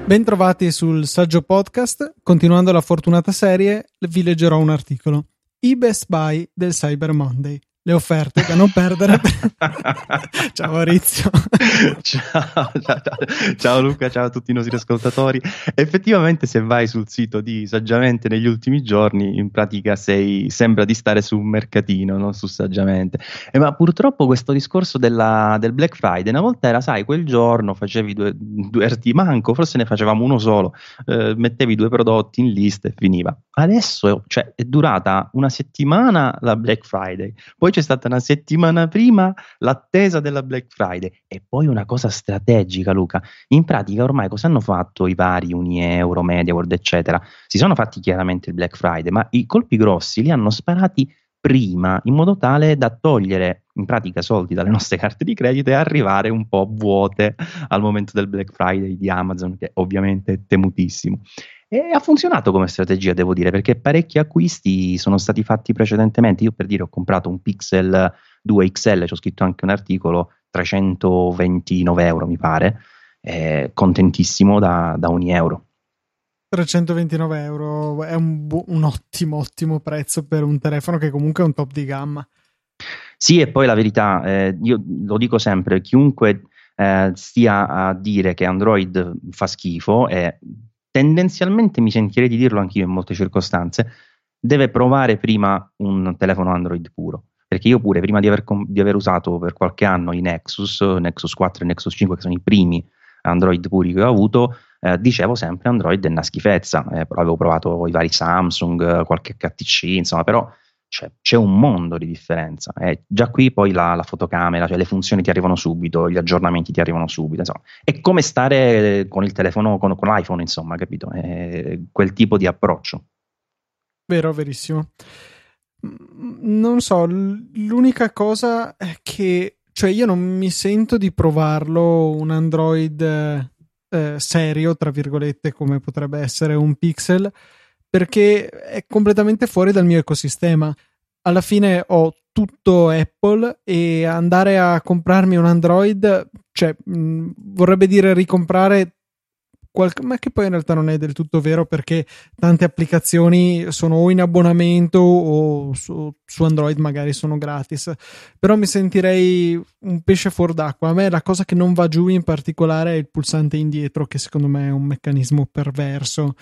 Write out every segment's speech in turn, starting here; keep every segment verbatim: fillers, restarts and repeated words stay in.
Bentrovati sul Saggio Podcast. Continuando la fortunata serie, vi leggerò un articolo. I Best Buy del Cyber Monday. Le offerte da non perdere. Ciao Maurizio. Ciao, ciao, ciao Luca, ciao a tutti i nostri ascoltatori. Effettivamente, se vai sul sito di Saggiamente negli ultimi giorni, in pratica sei, sembra di stare su un mercatino, non su Saggiamente. Eh, ma purtroppo questo discorso della, del Black Friday, una volta era, sai, quel giorno facevi due, due arti, manco, forse ne facevamo uno solo, eh, mettevi due prodotti in lista e finiva. Adesso, cioè, è durata una settimana la Black Friday, poi c'è stata una settimana prima l'attesa della Black Friday e poi una cosa strategica, Luca. In pratica ormai cosa hanno fatto i vari Unieuro, MediaWorld eccetera? Si sono fatti chiaramente il Black Friday, ma i colpi grossi li hanno sparati prima, in modo tale da togliere in pratica soldi dalle nostre carte di credito e arrivare un po' vuote al momento del Black Friday di Amazon, che ovviamente è temutissimo. E ha funzionato come strategia, devo dire, perché parecchi acquisti sono stati fatti precedentemente. Io, per dire, ho comprato un Pixel due X L, ci ho scritto anche un articolo, trecentoventinove euro mi pare, eh, contentissimo da, da ogni euro. trecentoventinove euro è un, bu- un ottimo, ottimo prezzo per un telefono che comunque è un top di gamma. Sì, e poi la verità, eh, io lo dico sempre, chiunque eh, stia a dire che Android fa schifo, e tendenzialmente mi sentirei di dirlo anch'io in molte circostanze, deve provare prima un telefono Android puro. Perché io pure, prima di aver, di aver usato per qualche anno i Nexus, Nexus quattro e Nexus cinque, che sono i primi Android puri che ho avuto, eh, dicevo sempre Android è una schifezza. Eh, avevo provato i vari Samsung, qualche H T C, insomma, però c'è, c'è un mondo di differenza. Eh, già qui poi la, la fotocamera, cioè le funzioni ti arrivano subito, gli aggiornamenti ti arrivano subito, insomma. È come stare con il telefono, con, con l'iPhone, insomma, capito? È quel tipo di approccio. Vero, verissimo. Non so, l'unica cosa è che, cioè, io non mi sento di provarlo un Android eh, serio, tra virgolette, come potrebbe essere un Pixel, perché è completamente fuori dal mio ecosistema. Alla fine ho tutto Apple e andare a comprarmi un Android, cioè, mh, vorrebbe dire ricomprare qualche, ma che poi in realtà non è del tutto vero, perché tante applicazioni sono o in abbonamento o su, su Android magari sono gratis, però mi sentirei un pesce fuor d'acqua. A me la cosa che non va giù in particolare è il pulsante indietro, che secondo me è un meccanismo perverso,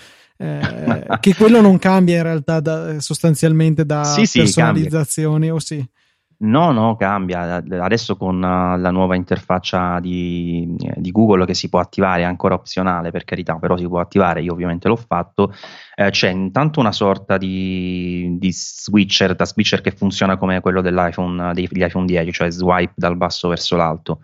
eh, che quello non cambia in realtà da, sostanzialmente da sì, sì, personalizzazioni, o sì? No, no, cambia. Adesso con uh, la nuova interfaccia di, di Google, che si può attivare, è ancora opzionale per carità, però si può attivare, io ovviamente l'ho fatto, eh, c'è intanto una sorta di, di switcher, da switcher che funziona come quello dell'iPhone, degli iPhone dieci, cioè swipe dal basso verso l'alto.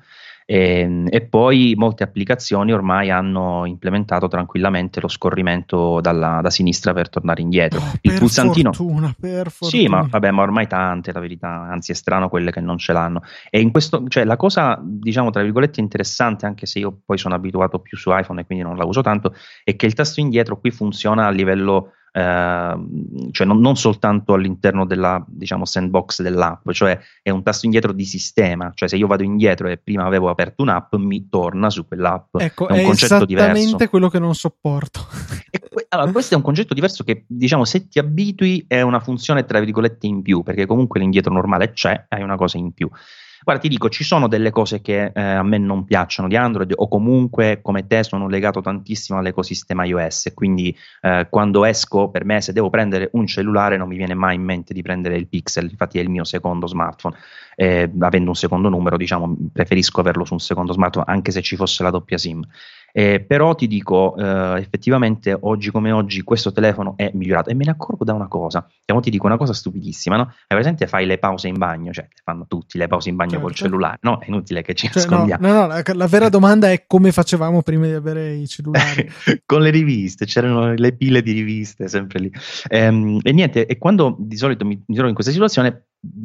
E, e poi molte applicazioni ormai hanno implementato tranquillamente lo scorrimento dalla, da sinistra per tornare indietro. Oh, Il per pulsantino. fortuna, per fortuna. Sì, ma vabbè, ma ormai tante, la verità, anzi è strano quelle che non ce l'hanno. E in questo, cioè la cosa, diciamo, tra virgolette interessante, anche se io poi sono abituato più su iPhone e quindi non la uso tanto, è che il tasto indietro qui funziona a livello eh, cioè non, non soltanto all'interno della, diciamo, sandbox dell'app, cioè è un tasto indietro di sistema, cioè se io vado indietro e prima avevo aperto un'app mi torna su quell'app. Ecco, è un è concetto esattamente diverso. quello che non sopporto. E que- allora, questo è un concetto diverso che, diciamo, se ti abitui è una funzione tra virgolette in più, perché comunque l'indietro normale c'è, hai una cosa in più. Guarda, ti dico, ci sono delle cose che eh, a me non piacciono di Android, o comunque come te sono legato tantissimo all'ecosistema iOS, quindi eh, quando esco, per me, se devo prendere un cellulare non mi viene mai in mente di prendere il Pixel, infatti è il mio secondo smartphone, eh, avendo un secondo numero, diciamo, preferisco averlo su un secondo smartphone anche se ci fosse la doppia SIM. Eh, però ti dico, eh, effettivamente oggi come oggi questo telefono è migliorato, e me ne accorgo da una cosa, e ora ti dico una cosa stupidissima, no? Hai presente, fai le pause in bagno, cioè le fanno tutti le pause in bagno Certo. col cellulare, no? È inutile che ci Cioè, nascondiamo. no, no, no, la, la vera domanda è come facevamo prima di avere i cellulari. Con le riviste, c'erano le pile di riviste sempre lì. Ehm, e niente, e quando di solito mi, mi trovo in questa situazione,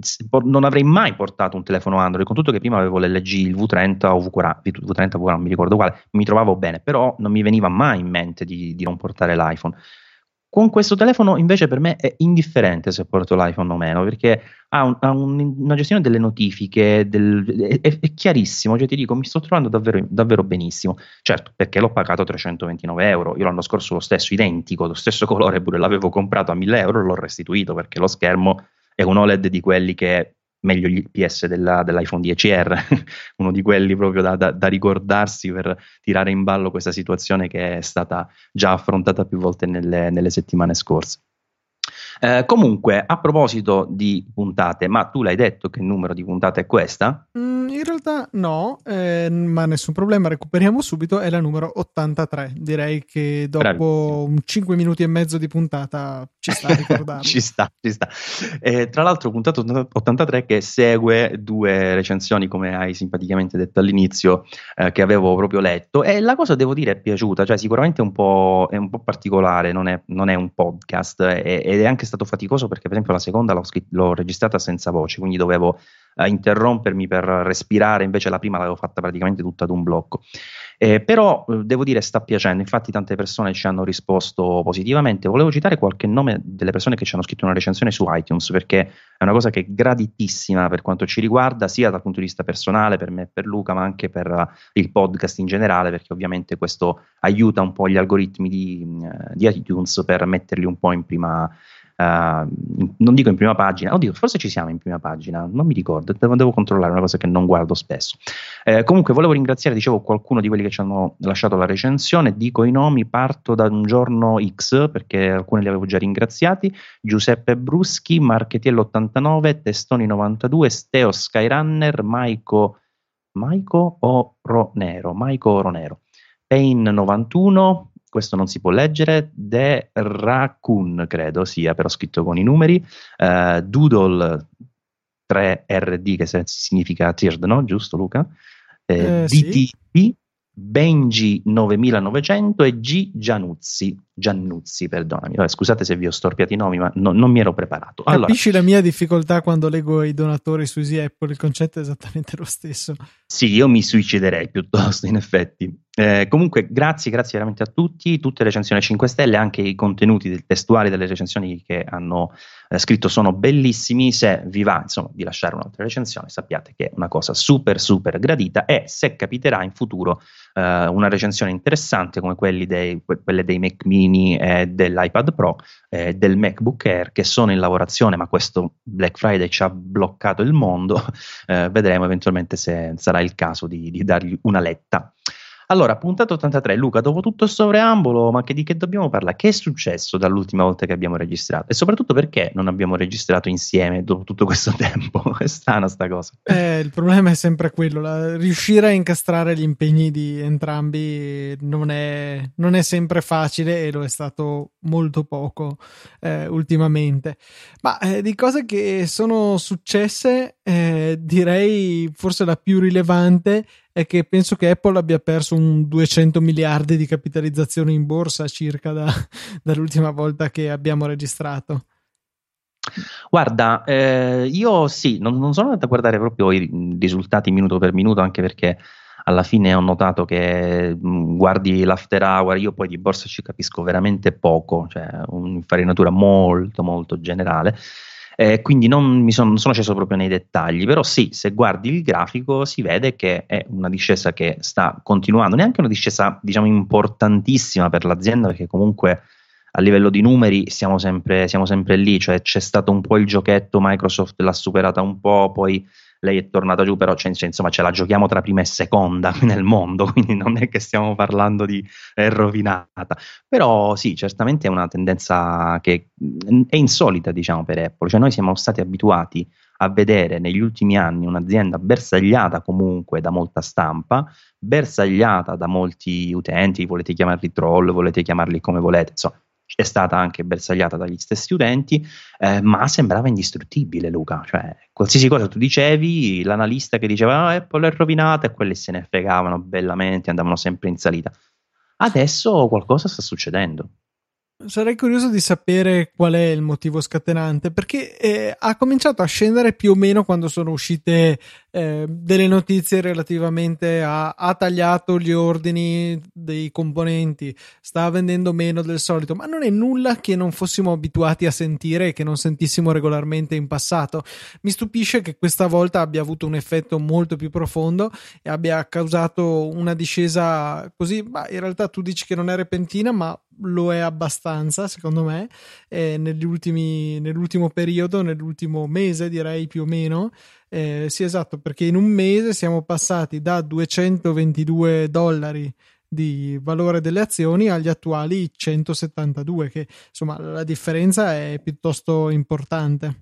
non avrei mai portato un telefono Android, con tutto che prima avevo l'L G, il V trenta o V quaranta, V trenta, V quaranta, non mi ricordo quale, mi trovavo bene, però non mi veniva mai in mente di, di non portare l'iPhone. Con questo telefono invece per me è indifferente se porto l'iPhone o meno, perché ha, un, ha un, una gestione delle notifiche, del, è, è chiarissimo, cioè ti dico, mi sto trovando davvero, davvero benissimo. Certo, perché l'ho pagato trecentoventinove euro, io l'anno scorso lo stesso, identico, lo stesso colore, pure l'avevo comprato a mille euro e l'ho restituito perché lo schermo è un O L E D di quelli che meglio gli I P S della, dell'iPhone dieci R, uno di quelli proprio da, da, da ricordarsi per tirare in ballo questa situazione che è stata già affrontata più volte nelle, nelle settimane scorse. Eh, comunque, a proposito di puntate, ma tu l'hai detto che numero di puntate è questa? Mm, in realtà no, eh, ma nessun problema, recuperiamo subito, è la numero ottantatré. Direi che dopo Bravissimo. un cinque minuti e mezzo di puntata ci sta a ricordarlo. Ci sta, ci sta. Eh, tra l'altro, puntata ottantatré che segue due recensioni, come hai simpaticamente detto all'inizio, eh, che avevo proprio letto. E la cosa, devo dire, è piaciuta, cioè sicuramente è un po', è un po' particolare, non è, non è un podcast, è, ed è anche stato faticoso perché, per esempio, la seconda l'ho, scritt- l'ho registrata senza voce, quindi dovevo eh, interrompermi per respirare, invece la prima l'avevo fatta praticamente tutta ad un blocco. Eh, però eh, devo dire sta piacendo, infatti tante persone ci hanno risposto positivamente. Volevo citare qualche nome delle persone che ci hanno scritto una recensione su iTunes, perché è una cosa che è graditissima per quanto ci riguarda, sia dal punto di vista personale per me e per Luca, ma anche per uh, il podcast in generale, perché ovviamente questo aiuta un po' gli algoritmi di, uh, di iTunes per metterli un po' in prima Uh, non dico in prima pagina, oddio, forse ci siamo in prima pagina, non mi ricordo, devo, devo controllare, una cosa che non guardo spesso. Eh, comunque volevo ringraziare, dicevo, qualcuno di quelli che ci hanno lasciato la recensione. Dico i nomi, parto da un giorno X perché alcuni li avevo già ringraziati: Giuseppe Bruschi, Marchetiello ottantanove, Testoni novantadue, Steo Skyrunner, Maico Maico Oronero, Maico Oronero, Pain novantuno, questo non si può leggere, De Raccoon credo sia, però scritto con i numeri, uh, Doodle tre R D che significa Tiered, no? Giusto Luca? Eh, Eh, D T P, sì. Benji novemilanovecento e G Giannuzzi, Giannuzzi, perdonami. Vabbè, scusate se vi ho storpiato i nomi, ma no, non mi ero preparato. Allora, Capisci la mia difficoltà quando leggo i donatori su Easy Apple, il concetto è esattamente lo stesso. sì, io mi suiciderei piuttosto, in effetti. Eh, comunque, grazie, grazie veramente a tutti. Tutte le recensioni cinque stelle, anche i contenuti del testuali delle recensioni che hanno eh, scritto sono bellissimi. Se vi va, insomma, di lasciare un'altra recensione, sappiate che è una cosa super, super gradita. E se capiterà in futuro eh, una recensione interessante come quelli dei, quelle dei Mac Mini e dell'iPad Pro, eh, del MacBook Air, che sono in lavorazione, ma questo Black Friday ci ha bloccato il mondo, eh, vedremo eventualmente se sarà il caso di, di dargli una letta. Allora, puntata ottantatré, Luca, dopo tutto questo preambolo, ma che di che dobbiamo parlare? Che è successo dall'ultima volta che abbiamo registrato? E soprattutto perché non abbiamo registrato insieme dopo tutto questo tempo? È strana sta cosa. Eh, il problema è sempre quello, la, riuscire a incastrare gli impegni di entrambi non è, non è sempre facile, e lo è stato molto poco eh, ultimamente. Ma eh, di cose che sono successe, eh, direi forse la più rilevante è che penso che Apple abbia perso un duecento miliardi di capitalizzazione in borsa circa da, dall'ultima volta che abbiamo registrato. Guarda, eh, io sì, non, non sono andato a guardare proprio i risultati minuto per minuto, anche perché alla fine ho notato che mh, guardi l'after hour, io poi di borsa ci capisco veramente poco, cioè un'infarinatura molto molto generale. Eh, quindi non mi son, non sono sceso proprio nei dettagli, però sì, se guardi il grafico si vede che è una discesa che sta continuando, neanche una discesa diciamo importantissima per l'azienda, perché comunque a livello di numeri siamo sempre, siamo sempre lì, cioè c'è stato un po' il giochetto, Microsoft l'ha superata un po', poi lei è tornata giù, però cioè, insomma ce la giochiamo tra prima e seconda nel mondo, quindi non è che stiamo parlando di è rovinata. Però sì, certamente è una tendenza che è insolita, diciamo, per Apple. Cioè noi siamo stati abituati a vedere negli ultimi anni un'azienda bersagliata comunque da molta stampa, bersagliata da molti utenti, volete chiamarli troll, volete chiamarli come volete, insomma, è stata anche bersagliata dagli stessi utenti, eh, ma sembrava indistruttibile, Luca. Cioè, qualsiasi cosa tu dicevi, l'analista che diceva ah, Apple è rovinata, e quelli se ne fregavano bellamente, andavano sempre in salita. Adesso qualcosa sta succedendo. Sarei curioso di sapere qual è il motivo scatenante, perché eh, ha cominciato a scendere più o meno quando sono uscite eh, delle notizie relativamente a ha tagliato gli ordini dei componenti, sta vendendo meno del solito, ma non è nulla che non fossimo abituati a sentire e che non sentissimo regolarmente in passato. Mi stupisce che questa volta abbia avuto un effetto molto più profondo e abbia causato una discesa così, ma in realtà tu dici che non è repentina, ma lo è abbastanza secondo me, eh, negli ultimi, nell'ultimo periodo, nell'ultimo mese direi più o meno, eh, sì esatto, perché in un mese siamo passati da duecentoventidue dollari di valore delle azioni agli attuali centosettantadue, che insomma la differenza è piuttosto importante.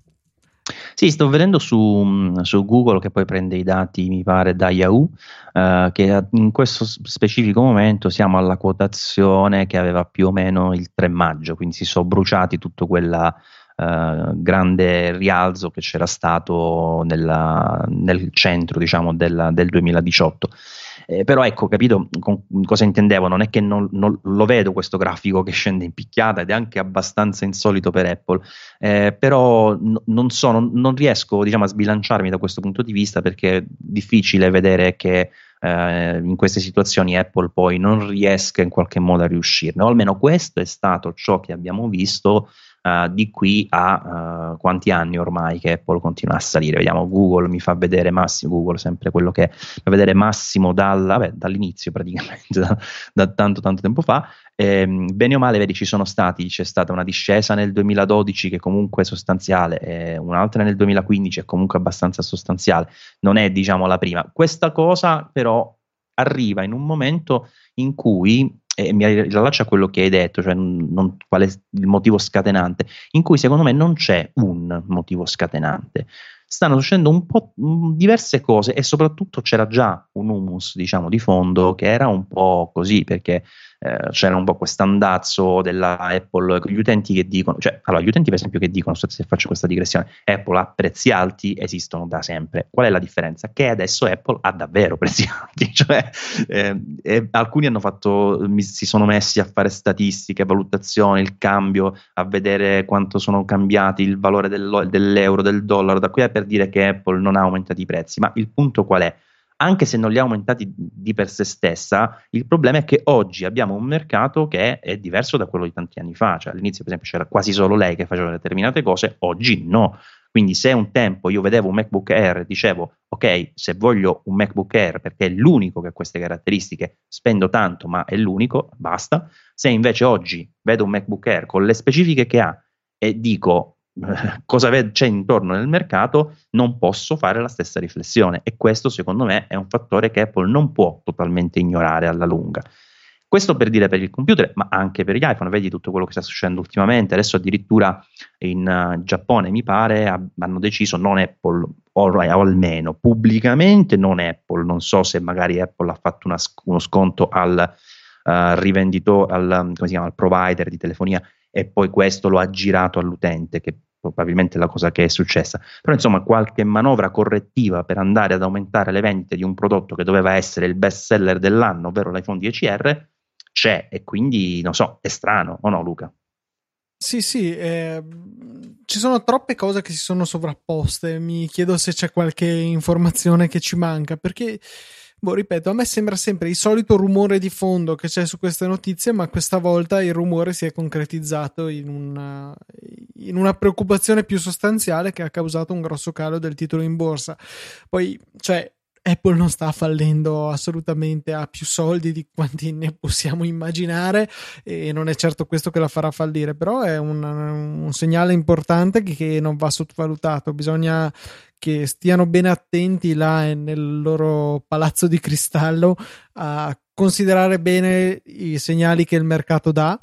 Sì, sto vedendo su, su Google, che poi prende i dati, mi pare, da Yahoo, eh, che in questo specifico momento siamo alla quotazione che aveva più o meno il tre maggio, quindi si sono bruciati tutto quella eh, grande rialzo che c'era stato nella, nel centro, diciamo, del, del duemiladiciotto. Eh, però ecco, capito con, cosa intendevo? Non è che non, non lo vedo questo grafico che scende in picchiata, ed è anche abbastanza insolito per Apple, eh, però n- non so, non, non riesco, diciamo, a sbilanciarmi da questo punto di vista, perché è difficile vedere che eh, in queste situazioni Apple poi non riesca in qualche modo a riuscirne, o almeno questo è stato ciò che abbiamo visto Uh, di qui a uh, quanti anni ormai che Apple continua a salire. Vediamo, Google mi fa vedere massimo, Google sempre quello che fa vedere massimo dal, vabbè, dall'inizio praticamente, da, da tanto tanto tempo fa. Ehm, bene o male, vedi, ci sono stati, c'è stata una discesa nel duemiladodici che comunque è sostanziale, e un'altra nel duemilaquindici è comunque abbastanza sostanziale, non è, diciamo, la prima. Questa cosa però arriva in un momento in cui, e mi riallaccio a quello che hai detto, cioè non, qual è il motivo scatenante, in cui secondo me non c'è un motivo scatenante. Stanno succedendo un po' mh, diverse cose, e soprattutto c'era già un humus, diciamo, di fondo, che era un po' così, perché eh, c'era un po' quest'andazzo della Apple, gli utenti che dicono, cioè, allora, gli utenti per esempio che dicono, se faccio questa digressione, Apple ha prezzi alti, esistono da sempre. Qual è la differenza? Che adesso Apple ha davvero prezzi alti, cioè eh, eh, alcuni hanno fatto, mi, si sono messi a fare statistiche, valutazioni, il cambio, a vedere quanto sono cambiati il valore del, dell'euro, del dollaro, da qui a per dire che Apple non ha aumentato i prezzi. Ma il punto qual è? Anche se non li ha aumentati di per sé stessa, il problema è che oggi abbiamo un mercato che è diverso da quello di tanti anni fa. Cioè, all'inizio, per esempio, c'era quasi solo lei che faceva determinate cose, oggi no. Quindi se un tempo io vedevo un MacBook Air e dicevo, ok, se voglio un MacBook Air perché è l'unico che ha queste caratteristiche, spendo tanto, ma è l'unico, basta. Se invece oggi vedo un MacBook Air con le specifiche che ha e dico cosa c'è intorno nel mercato, non posso fare la stessa riflessione, e questo secondo me è un fattore che Apple non può totalmente ignorare alla lunga. Questo per dire per il computer, ma anche per gli iPhone. Vedi tutto quello che sta succedendo ultimamente. Adesso addirittura in uh, Giappone, mi pare, ha, hanno deciso, non Apple, o, o almeno pubblicamente non Apple, non so se magari Apple ha fatto una, uno sconto al uh, rivenditore, al, come si chiama, al provider di telefonia, e poi questo lo ha girato all'utente, che probabilmente è la cosa che è successa. Però insomma, qualche manovra correttiva per andare ad aumentare le vendite di un prodotto che doveva essere il best seller dell'anno, ovvero l'iPhone dieci R, c'è, e quindi non so, è strano, o no, Luca? Sì, sì, eh, ci sono troppe cose che si sono sovrapposte. Mi chiedo se c'è qualche informazione che ci manca, perché, boh, ripeto, a me sembra sempre il solito rumore di fondo che c'è su queste notizie, ma questa volta il rumore si è concretizzato in una, in una preoccupazione più sostanziale che ha causato un grosso calo del titolo in borsa. Poi, cioè, Apple non sta fallendo assolutamente, ha più soldi di quanti ne possiamo immaginare, e non è certo questo che la farà fallire, però è un, un segnale importante che, che non va sottovalutato. Bisogna che stiano bene attenti là nel loro palazzo di cristallo a considerare bene i segnali che il mercato dà,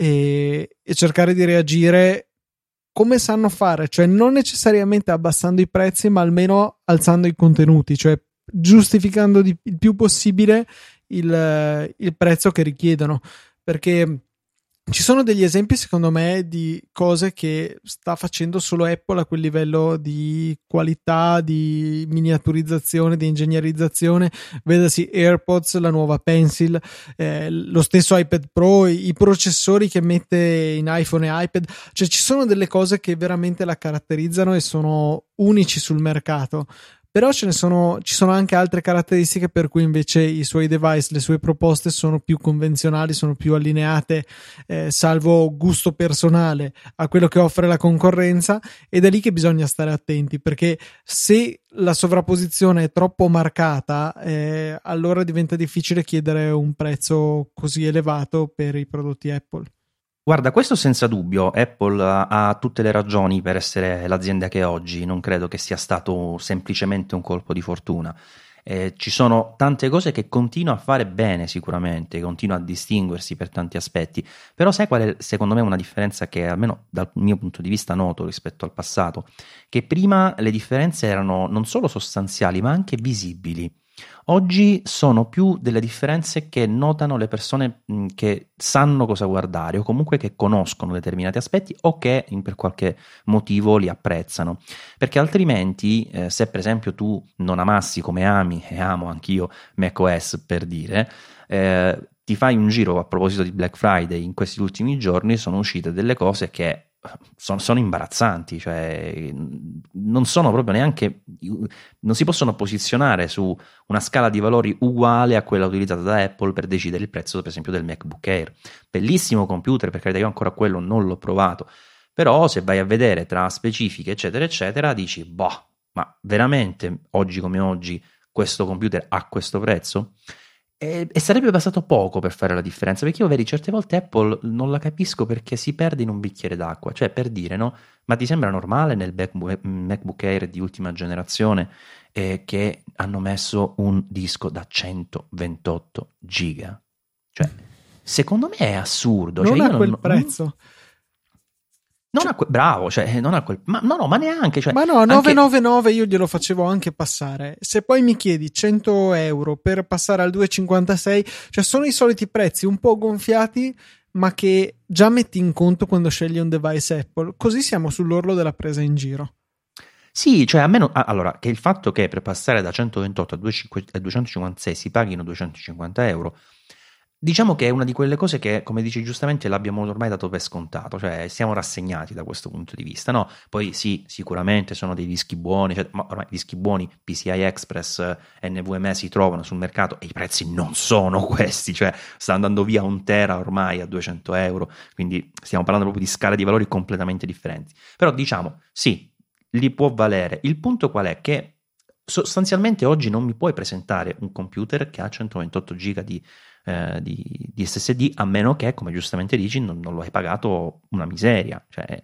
e, e cercare di reagire come sanno fare, cioè non necessariamente abbassando i prezzi, ma almeno alzando i contenuti, cioè giustificando di, il più possibile il, il prezzo che richiedono, perché Ci sono degli esempi, secondo me, di cose che sta facendo solo Apple a quel livello di qualità, di miniaturizzazione, di ingegnerizzazione. Vedasi AirPods, la nuova Pencil, eh, lo stesso iPad Pro, i processori che mette in iPhone e iPad. Cioè, ci sono delle cose che veramente la caratterizzano e sono unici sul mercato. Però ce ne sono, ci sono anche altre caratteristiche per cui invece i suoi device, le sue proposte sono più convenzionali, sono più allineate, eh, salvo gusto personale, a quello che offre la concorrenza, ed è lì che bisogna stare attenti, perché se la sovrapposizione è troppo marcata, eh, allora diventa difficile chiedere un prezzo così elevato per i prodotti Apple. Guarda, questo senza dubbio, Apple ha, ha tutte le ragioni per essere l'azienda che è oggi, non credo che sia stato semplicemente un colpo di fortuna. Eh, ci sono tante cose che continua a fare bene sicuramente, continua a distinguersi per tanti aspetti, però sai qual è secondo me una differenza che almeno dal mio punto di vista noto rispetto al passato? Che prima le differenze erano non solo sostanziali ma anche visibili. Oggi sono più delle differenze che notano le persone mh, che sanno cosa guardare o comunque che conoscono determinati aspetti o che in, per qualche motivo li apprezzano. Perché altrimenti, eh, se per esempio tu non amassi come ami e amo anch'io macOS per dire, eh, ti fai un giro a proposito di Black Friday, in questi ultimi giorni sono uscite delle cose che sono, sono imbarazzanti, cioè non sono proprio neanche, non si possono posizionare su una scala di valori uguale a quella utilizzata da Apple per decidere il prezzo per esempio del MacBook Air. Bellissimo computer, per carità, io ancora quello non l'ho provato, però se vai a vedere tra specifiche eccetera eccetera dici boh, ma veramente oggi come oggi questo computer ha questo prezzo? E, e sarebbe bastato poco per fare la differenza, perché io vedi certe volte Apple non la capisco perché si perde in un bicchiere d'acqua, cioè per dire no, ma ti sembra normale nel MacBook, MacBook Air di ultima generazione eh, che hanno messo un disco da centoventotto giga? Cioè secondo me è assurdo, Non cioè, a io quel non, prezzo. non a que- bravo, cioè non a quel ma no, no, ma neanche, cioè, Ma no, anche... novecentonovantanove io glielo facevo anche passare. Se poi mi chiedi cento euro per passare al duecentocinquantasei, cioè sono i soliti prezzi un po' gonfiati, ma che già metti in conto quando scegli un device Apple. Così siamo sull'orlo della presa in giro. Sì, cioè a meno allora che il fatto che per passare da centoventotto a duecentocinquantasei si paghino duecentocinquanta euro, diciamo che è una di quelle cose che, come dici giustamente, l'abbiamo ormai dato per scontato, cioè siamo rassegnati da questo punto di vista, no? Poi sì, sicuramente sono dei dischi buoni, cioè, ma ormai dischi buoni, P C I Express, N V M e si trovano sul mercato e i prezzi non sono questi, cioè sta andando via un tera ormai a duecento euro, quindi stiamo parlando proprio di scale di valori completamente differenti. Però diciamo, sì, li può valere. Il punto qual è? Che sostanzialmente oggi non mi puoi presentare un computer che ha centoventotto giga di Eh, di, di S S D, a meno che, come giustamente dici, non, non lo hai pagato una miseria, cioè, è,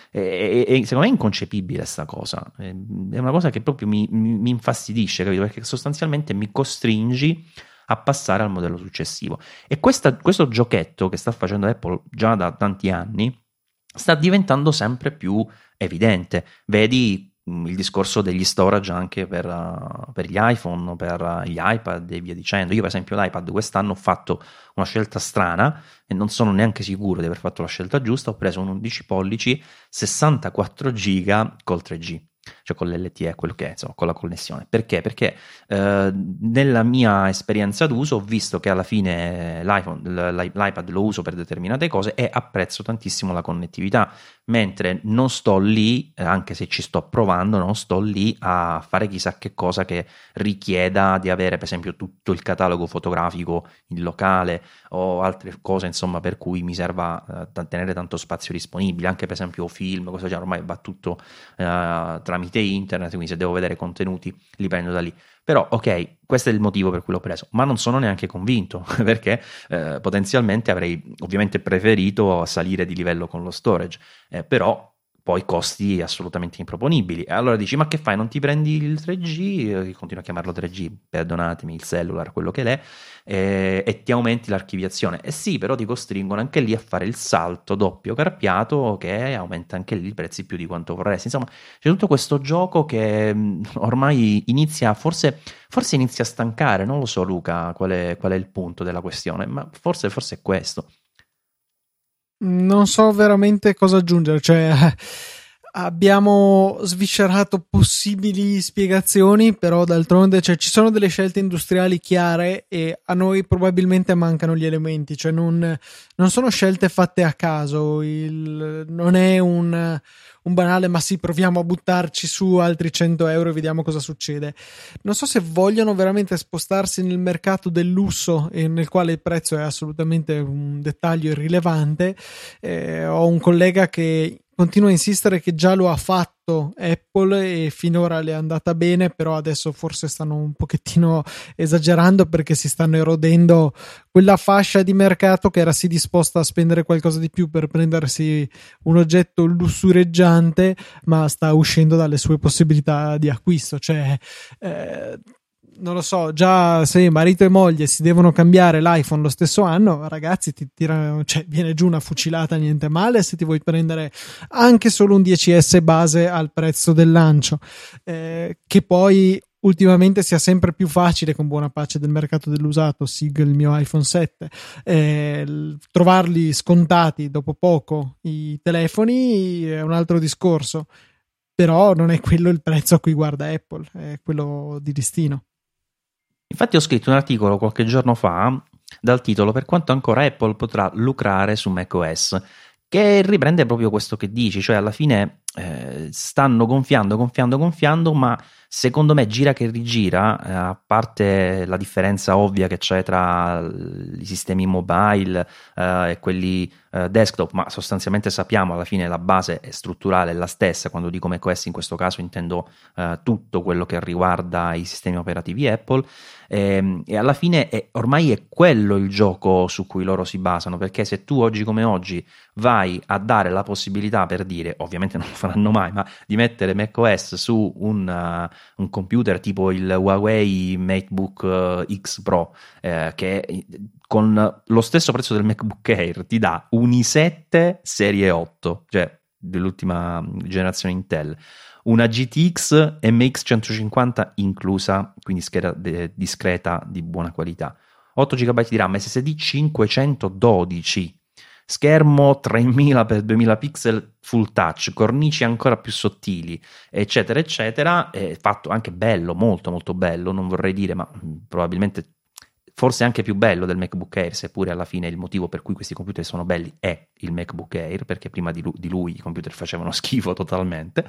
è, è, secondo me è inconcepibile sta cosa, è, è una cosa che proprio mi, mi, mi infastidisce, capito? Perché sostanzialmente mi costringi a passare al modello successivo, e questa, questo giochetto che sta facendo Apple già da tanti anni sta diventando sempre più evidente. Vedi il discorso degli storage anche per, uh, per gli iPhone, per uh, gli iPad e via dicendo. Io per esempio l'iPad quest'anno ho fatto una scelta strana e non sono neanche sicuro di aver fatto la scelta giusta. Ho preso un undici pollici sessantaquattro giga col tre G, cioè con l'L T E, quello che è, insomma, con la connessione. Perché? Perché eh, nella mia esperienza d'uso ho visto che alla fine l'iPhone, l'iPad lo uso per determinate cose e apprezzo tantissimo la connettività, mentre non sto lì, anche se ci sto provando, non sto lì a fare chissà che cosa che richieda di avere per esempio tutto il catalogo fotografico in locale o altre cose, insomma, per cui mi serva eh, tenere tanto spazio disponibile, anche per esempio film, cosa già ormai va tutto eh, tramite internet, quindi se devo vedere contenuti li prendo da lì. Però ok, questo è il motivo per cui l'ho preso, ma non sono neanche convinto perché eh, potenzialmente avrei ovviamente preferito salire di livello con lo storage, eh, però poi costi assolutamente improponibili. E allora dici, ma che fai, non ti prendi il tre G? Io continuo a chiamarlo tre G, perdonatemi, il cellular, quello che l'è, eh, e ti aumenti l'archiviazione. E sì, però ti costringono anche lì a fare il salto doppio carpiato che aumenta anche lì i prezzi più di quanto vorresti. Insomma, c'è tutto questo gioco che mh, ormai inizia, forse, forse inizia a stancare, non lo so Luca qual è, qual è il punto della questione, ma forse, forse è questo. Non so veramente cosa aggiungere, cioè abbiamo sviscerato possibili spiegazioni, però d'altronde, cioè, ci sono delle scelte industriali chiare e a noi probabilmente mancano gli elementi, cioè non, non sono scelte fatte a caso, il, non è un, un banale ma sì, proviamo a buttarci su altri cento euro e vediamo cosa succede. Non so se vogliono veramente spostarsi nel mercato del lusso e nel quale il prezzo è assolutamente un dettaglio irrilevante. Eh, ho un collega che continua a insistere che già lo ha fatto Apple e finora le è andata bene, però adesso forse stanno un pochettino esagerando perché si stanno erodendo quella fascia di mercato che era sì disposta a spendere qualcosa di più per prendersi un oggetto lussureggiante, ma sta uscendo dalle sue possibilità di acquisto, cioè eh, non lo so, già se marito e moglie si devono cambiare l'iPhone lo stesso anno, ragazzi, ti tirano, cioè viene giù una fucilata, niente male se ti vuoi prendere anche solo un dieci esse base al prezzo del lancio, eh, che poi ultimamente sia sempre più facile, con buona pace del mercato dell'usato, sig il mio iPhone sette, eh, trovarli scontati dopo poco i telefoni è un altro discorso, però non è quello il prezzo a cui guarda Apple, è quello di listino. Infatti ho scritto un articolo qualche giorno fa dal titolo "Per quanto ancora Apple potrà lucrare su macOS", che riprende proprio questo che dici, cioè alla fine eh, stanno gonfiando, gonfiando, gonfiando, ma secondo me gira che rigira, eh, a parte la differenza ovvia che c'è tra i sistemi mobile eh, e quelli eh, desktop, ma sostanzialmente sappiamo alla fine la base è strutturale, è la stessa. Quando dico macOS in questo caso intendo eh, tutto quello che riguarda i sistemi operativi Apple, e, e alla fine è, ormai è quello il gioco su cui loro si basano, perché se tu oggi come oggi vai a dare la possibilità, per dire, ovviamente non lo faranno mai, ma di mettere macOS su un, uh, un computer tipo il Huawei MateBook uh, X Pro, eh, che con lo stesso prezzo del MacBook Air ti dà un i sette serie otto, cioè dell'ultima generazione Intel, una G T X M X centocinquanta inclusa, quindi scheda de- discreta di buona qualità, otto giga di RAM, S S D cinquecentododici, schermo tremila per duemila pixel full touch, cornici ancora più sottili, eccetera eccetera, è fatto anche bello, molto molto bello, non vorrei dire, ma probabilmente forse anche più bello del MacBook Air, seppure alla fine il motivo per cui questi computer sono belli è il MacBook Air, perché prima di lui, di lui i computer facevano schifo totalmente.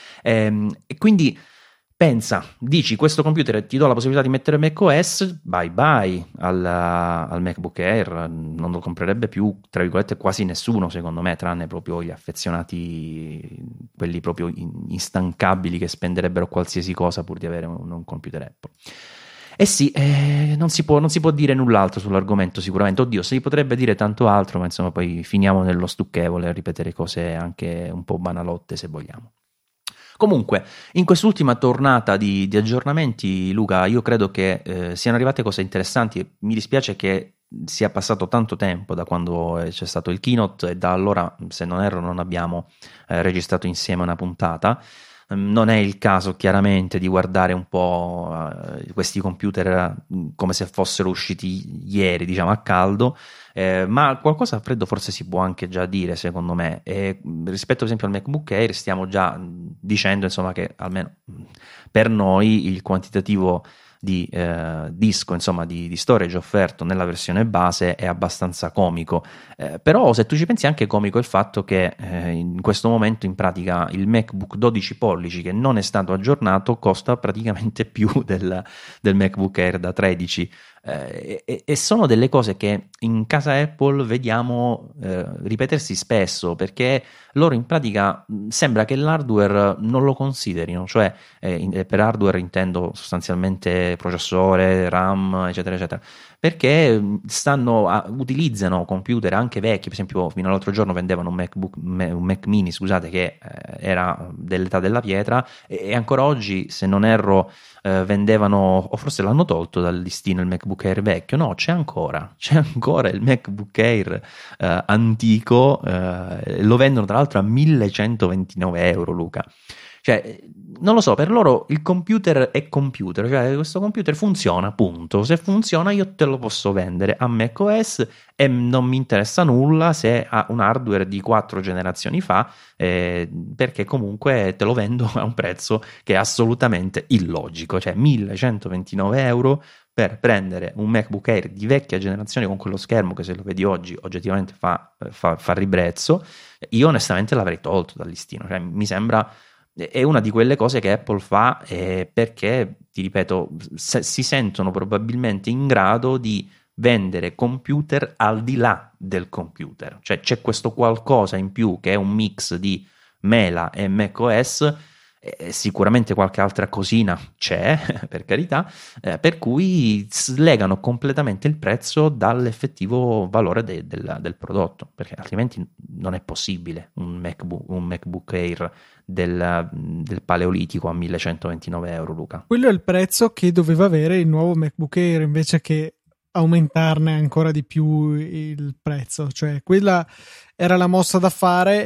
Ehm, e quindi pensa, dici questo computer ti do la possibilità di mettere macOS, bye bye al, al MacBook Air, non lo comprerebbe più, tra virgolette, quasi nessuno secondo me, tranne proprio gli affezionati, quelli proprio instancabili che spenderebbero qualsiasi cosa pur di avere un, un computer Apple. Eh sì, eh, non, si può, non si può dire null'altro sull'argomento sicuramente, oddio si potrebbe dire tanto altro, ma insomma poi finiamo nello stucchevole a ripetere cose anche un po' banalotte se vogliamo. Comunque, in quest'ultima tornata di, di aggiornamenti, Luca, io credo che eh, siano arrivate cose interessanti. Mi dispiace che sia passato tanto tempo da quando c'è stato il keynote e da allora, se non erro, non abbiamo eh, registrato insieme una puntata. Non è il caso chiaramente di guardare un po' uh, questi computer come se fossero usciti ieri, diciamo a caldo, eh, ma qualcosa a freddo forse si può anche già dire secondo me, e rispetto ad esempio al MacBook Air stiamo già dicendo insomma che almeno per noi il quantitativo di eh, disco, insomma di, di storage offerto nella versione base è abbastanza comico, eh, però se tu ci pensi è anche comico il fatto che eh, in questo momento in pratica il MacBook dodici pollici che non è stato aggiornato costa praticamente più del, del MacBook Air da tredici, eh, e, e sono delle cose che in casa Apple vediamo eh, ripetersi spesso, perché loro in pratica sembra che l'hardware non lo considerino, cioè eh, in, per hardware intendo sostanzialmente processore, RAM, eccetera eccetera, perché stanno a, utilizzano computer anche vecchi, per esempio fino all'altro giorno vendevano un MacBook, un Mac mini, scusate, che eh, era dell'età della pietra, e, e ancora oggi, se non erro, eh, vendevano, o forse l'hanno tolto dal listino il MacBook Air vecchio, no, c'è ancora, c'è ancora il MacBook Air eh, antico, eh, lo vendono tra l'altro a millecentoventinove euro, Luca. Cioè, non lo so, per loro il computer è computer, cioè questo computer funziona, punto. Se funziona io te lo posso vendere a macOS e non mi interessa nulla se ha un hardware di quattro generazioni fa, eh, perché comunque te lo vendo a un prezzo che è assolutamente illogico, cioè millecentoventinove euro per prendere un MacBook Air di vecchia generazione con quello schermo che, se lo vedi oggi, oggettivamente fa, fa, fa ribrezzo. Io onestamente l'avrei tolto dal listino, cioè mi sembra, è una di quelle cose che Apple fa eh, perché, ti ripeto, se, si sentono probabilmente in grado di vendere computer al di là del computer, cioè c'è questo qualcosa in più che è un mix di Mela e macOS. Eh, sicuramente qualche altra cosina c'è, per carità, eh, per cui slegano completamente il prezzo dall'effettivo valore de- del, del prodotto, perché altrimenti non è possibile un MacBook, un MacBook Air del, del Paleolitico a millecentoventinove euro, Luca. Quello è il prezzo che doveva avere il nuovo MacBook Air, invece che aumentarne ancora di più il prezzo, cioè quella era la mossa da fare.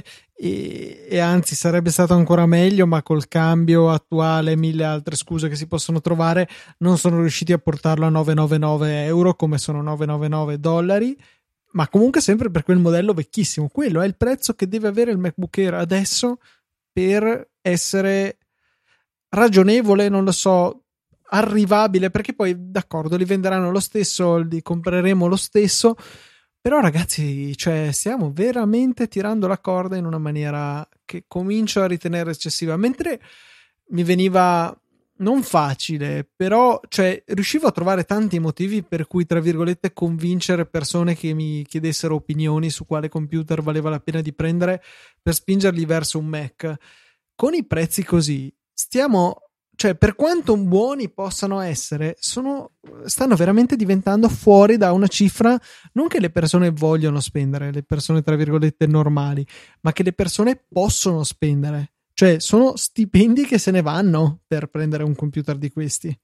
E, e anzi sarebbe stato ancora meglio, ma col cambio attuale e mille altre scuse che si possono trovare non sono riusciti a portarlo a novecentonovantanove euro come sono novecentonovantanove dollari, ma comunque sempre per quel modello vecchissimo. Quello è il prezzo che deve avere il MacBook Air adesso per essere ragionevole, non lo so, arrivabile, perché poi d'accordo li venderanno lo stesso, li compreremo lo stesso. Però ragazzi, cioè, stiamo veramente tirando la corda in una maniera che comincio a ritenere eccessiva. Mentre mi veniva non facile, però cioè, riuscivo a trovare tanti motivi per cui, tra virgolette, convincere persone che mi chiedessero opinioni su quale computer valeva la pena di prendere per spingerli verso un Mac. Con i prezzi così, stiamo... Cioè, per quanto buoni possano essere, sono, stanno veramente diventando fuori da una cifra, non che le persone vogliono spendere, le persone tra virgolette normali, ma che le persone possono spendere. Cioè, sono stipendi che se ne vanno per prendere un computer di questi.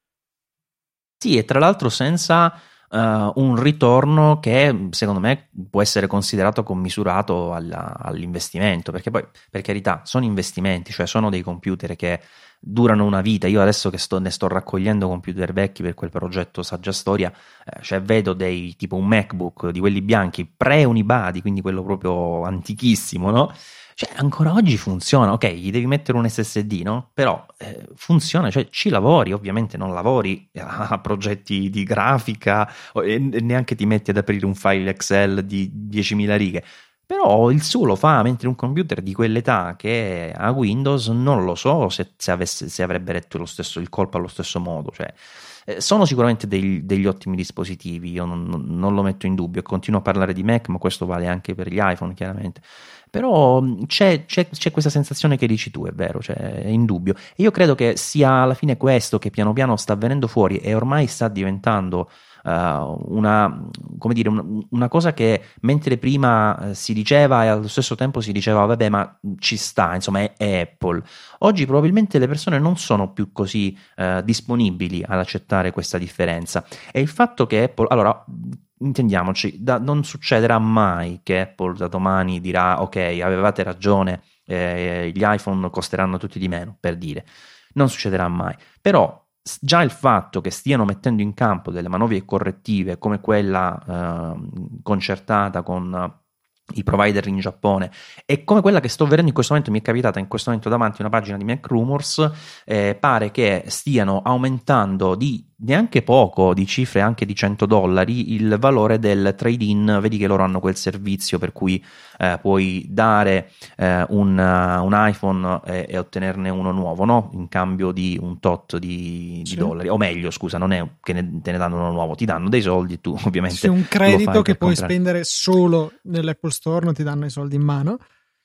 Sì, e tra l'altro senza uh, un ritorno che secondo me può essere considerato commisurato alla, all'investimento, perché poi, per carità, sono investimenti, cioè sono dei computer che durano una vita. Io adesso che sto, ne sto raccogliendo computer vecchi per quel progetto Saggia Storia, eh, cioè vedo dei tipo un MacBook di quelli bianchi pre-Unibody, quindi quello proprio antichissimo, no? Cioè ancora oggi funziona, ok, gli devi mettere un S S D, no? Però eh, funziona, cioè ci lavori, ovviamente non lavori a progetti di grafica e neanche ti metti ad aprire un file Excel di diecimila righe. Però il suo lo fa, mentre un computer di quell'età che ha Windows non lo so se, se, avesse, se avrebbe retto lo stesso, il colpo allo stesso modo. Cioè, eh, sono sicuramente degli, degli ottimi dispositivi, io non, non lo metto in dubbio, continuo a parlare di Mac, ma questo vale anche per gli iPhone chiaramente. Però c'è, c'è, c'è questa sensazione che dici tu, è vero, cioè, è indubbio. E io credo che sia alla fine questo che piano piano sta venendo fuori e ormai sta diventando Uh, una, come dire, una, una cosa che mentre prima uh, si diceva e allo stesso tempo si diceva vabbè ma ci sta, insomma è, è Apple, oggi probabilmente le persone non sono più così uh, disponibili ad accettare questa differenza. E il fatto che Apple, allora intendiamoci, da, non succederà mai che Apple da domani dirà ok, avevate ragione, eh, gli iPhone costeranno tutti di meno, per dire, non succederà mai. Però già il fatto che stiano mettendo in campo delle manovre correttive come quella eh, concertata con i provider in Giappone e come quella che sto vedendo in questo momento, mi è capitata in questo momento davanti una pagina di Mac Rumors, eh, pare che stiano aumentando di neanche poco, di cifre anche di cento dollari, il valore del trade-in. Vedi che loro hanno quel servizio per cui eh, puoi dare eh, un, uh, un iPhone e, e ottenerne uno nuovo, no? In cambio di un tot di, di sì. dollari, o meglio scusa, non è che ne, te ne danno uno nuovo, ti danno dei soldi e tu ovviamente sì, un credito che puoi comprare. Spendere solo nell'Apple Store, non ti danno i soldi in mano.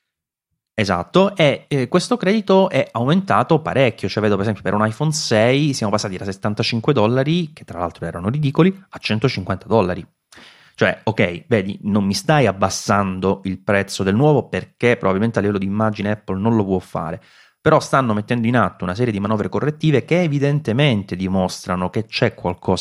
Esatto, e eh, questo credito è aumentato parecchio, cioè vedo per esempio per un iPhone sei siamo passati da settantacinque dollari, che tra l'altro erano ridicoli, a centocinquanta dollari. Cioè, ok, vedi, non mi stai abbassando il prezzo del nuovo perché probabilmente a livello di immagine Apple non lo può fare, però stanno mettendo in atto una serie di manovre correttive che evidentemente dimostrano che c'è qualcosa che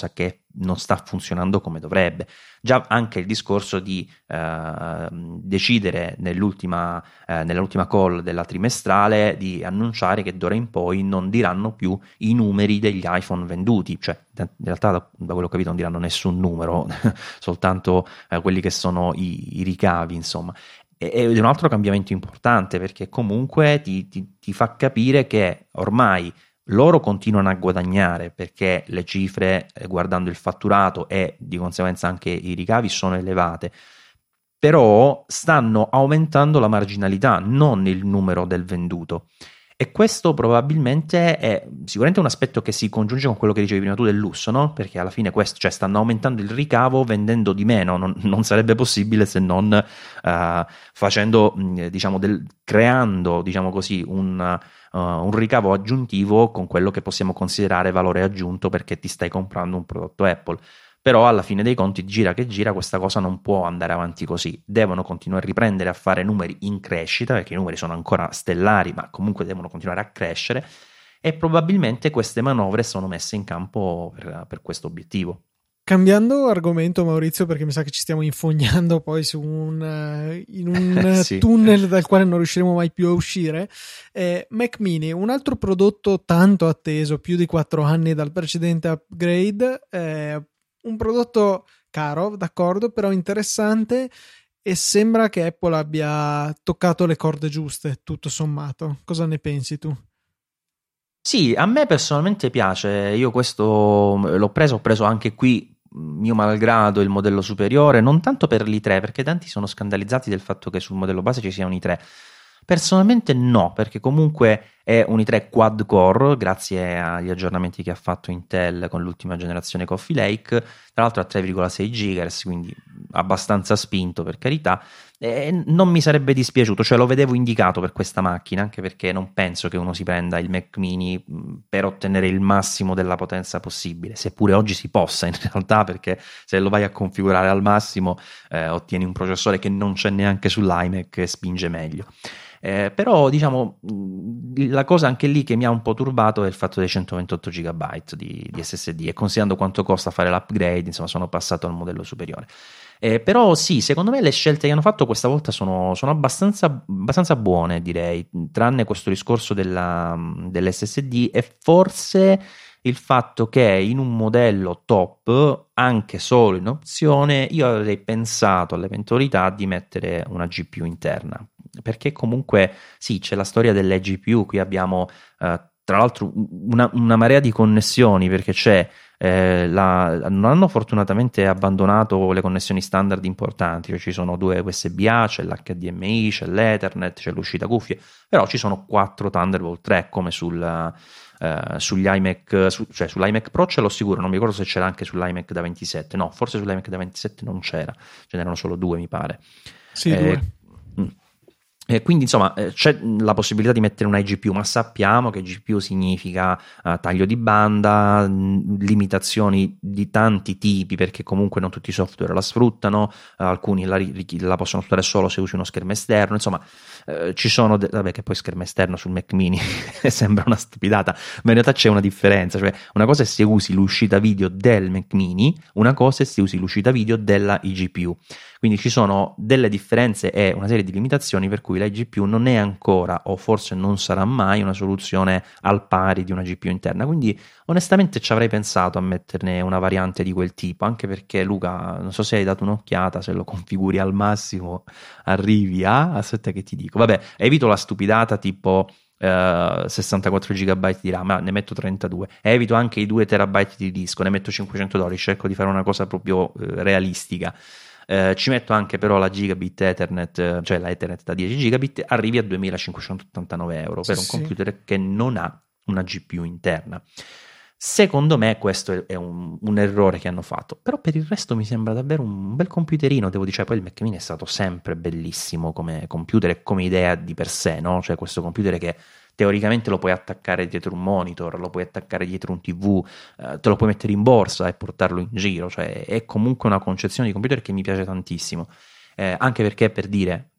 non sta funzionando come dovrebbe. Già anche il discorso di eh, decidere nell'ultima, eh, nell'ultima call della trimestrale di annunciare che d'ora in poi non diranno più i numeri degli iPhone venduti, cioè in realtà da, da quello che ho capito non diranno nessun numero, soltanto eh, quelli che sono i, i ricavi, insomma. Ed è un altro cambiamento importante, perché comunque ti, ti, ti fa capire che ormai loro continuano a guadagnare, perché le cifre, eh, guardando il fatturato e di conseguenza anche i ricavi, sono elevate, però stanno aumentando la marginalità, non il numero del venduto. E questo probabilmente è sicuramente un aspetto che si congiunge con quello che dicevi prima tu del lusso, no? Perché alla fine questo, cioè stanno aumentando il ricavo vendendo di meno, non, non sarebbe possibile se non uh, facendo, diciamo, del, creando, diciamo così, un, uh, un ricavo aggiuntivo con quello che possiamo considerare valore aggiunto, perché ti stai comprando un prodotto Apple. Però alla fine dei conti, gira che gira, questa cosa non può andare avanti così, devono continuare a riprendere a fare numeri in crescita, perché i numeri sono ancora stellari, ma comunque devono continuare a crescere, e probabilmente queste manovre sono messe in campo per, per questo obiettivo. Cambiando argomento, Maurizio, perché mi sa che ci stiamo infognando poi su un, in un sì. tunnel dal quale non riusciremo mai più a uscire, eh, Mac Mini, un altro prodotto tanto atteso, più di quattro anni dal precedente upgrade, eh, un prodotto caro, d'accordo, però interessante, e sembra che Apple abbia toccato le corde giuste, tutto sommato. Cosa ne pensi tu? Sì, a me personalmente piace. Io questo l'ho preso, ho preso anche qui, mio malgrado, il modello superiore, non tanto per l'i tre, perché tanti sono scandalizzati del fatto che sul modello base ci sia un i tre. Personalmente no, perché comunque è un i tre quad core, grazie agli aggiornamenti che ha fatto Intel con l'ultima generazione Coffee Lake, tra l'altro a tre virgola sei gigahertz, quindi abbastanza spinto, per carità, e non mi sarebbe dispiaciuto, cioè lo vedevo indicato per questa macchina, anche perché non penso che uno si prenda il Mac Mini per ottenere il massimo della potenza possibile, seppure oggi si possa in realtà, perché se lo vai a configurare al massimo eh, ottieni un processore che non c'è neanche sull'iMac e spinge meglio. Eh, però diciamo la cosa anche lì che mi ha un po' turbato è il fatto dei centoventotto giga di, di S S D, e considerando quanto costa fare l'upgrade, insomma sono passato al modello superiore. Eh, però sì, secondo me le scelte che hanno fatto questa volta sono, sono abbastanza, abbastanza buone, direi, tranne questo discorso della, dell'S S D, e forse il fatto che in un modello top, anche solo in opzione, io avrei pensato all'eventualità di mettere una G P U interna, perché comunque sì, c'è la storia delle G P U, qui abbiamo eh, tra l'altro una, una marea di connessioni, perché c'è eh, la, non hanno fortunatamente abbandonato le connessioni standard importanti, cioè ci sono due U S B A, c'è l'H D M I, c'è l'Ethernet, c'è l'uscita cuffie, però ci sono quattro Thunderbolt tre come sul Uh, sugli iMac, su, cioè sull'iMac Pro ce l'ho sicuro, non mi ricordo se c'era anche sull'iMac da ventisette, no, forse sull'iMac da ventisette non c'era, ce n'erano solo due mi pare. Sì, eh, due. Mh. E quindi insomma c'è la possibilità di mettere una iGPU, ma sappiamo che G P U significa uh, taglio di banda, mh, limitazioni di tanti tipi, perché comunque non tutti i software la sfruttano, uh, alcuni la, la possono sfruttare solo se usi uno schermo esterno, insomma uh, ci sono, de- vabbè che poi schermo esterno sul Mac Mini sembra una stupidata, ma in realtà c'è una differenza, cioè una cosa è se usi l'uscita video del Mac Mini, una cosa è se usi l'uscita video della iGPU. Quindi ci sono delle differenze e una serie di limitazioni per cui la G P U non è ancora, o forse non sarà mai, una soluzione al pari di una G P U interna. Quindi onestamente ci avrei pensato a metterne una variante di quel tipo, anche perché Luca, non so se hai dato un'occhiata, se lo configuri al massimo arrivi a, aspetta che ti dico, vabbè, evito la stupidata tipo Uh, sessantaquattro giga di RAM, ma ne metto trentadue, evito anche i due terabyte di disco, ne metto cinquecentododici, cerco di fare una cosa proprio uh, realistica. Uh, ci metto anche però la gigabit Ethernet, cioè la Ethernet da dieci gigabit, arrivi a duemilacinquecentottantanove euro per un sì. computer che non ha una G P U interna. Secondo me questo è un, un errore che hanno fatto, però per il resto mi sembra davvero un bel computerino, devo dire. Poi il Mac Mini è stato sempre bellissimo come computer e come idea di per sé, no? Cioè questo computer che teoricamente lo puoi attaccare dietro un monitor, lo puoi attaccare dietro un tivù, eh, te lo puoi mettere in borsa e portarlo in giro, cioè è comunque una concezione di computer che mi piace tantissimo. Eh, anche perché, per dire,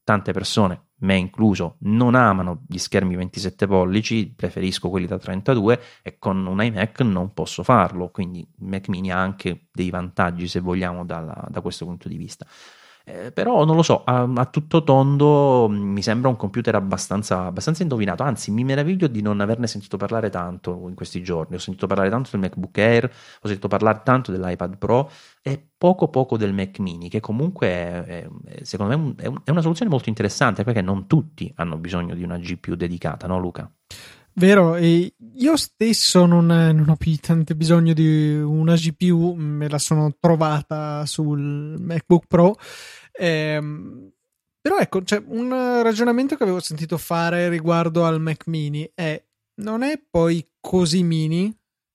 tante persone, me incluso, non amano gli schermi ventisette pollici, preferisco quelli da trentadue, e con un iMac non posso farlo, quindi il Mac Mini ha anche dei vantaggi, se vogliamo, dalla, da questo punto di vista. Eh, però non lo so, a, a tutto tondo mi sembra un computer abbastanza, abbastanza indovinato, anzi mi meraviglio di non averne sentito parlare tanto in questi giorni. Ho sentito parlare tanto del MacBook Air, ho sentito parlare tanto dell'iPad Pro e poco poco del Mac Mini, che comunque è, è, secondo me è, un, è una soluzione molto interessante, perché non tutti hanno bisogno di una G P U dedicata, no Luca? Vero, e io stesso non, non ho più tanto bisogno di una G P U, me la sono trovata sul MacBook Pro, ehm, però ecco, c'è un ragionamento che avevo sentito fare riguardo al Mac Mini, è non è poi così mini,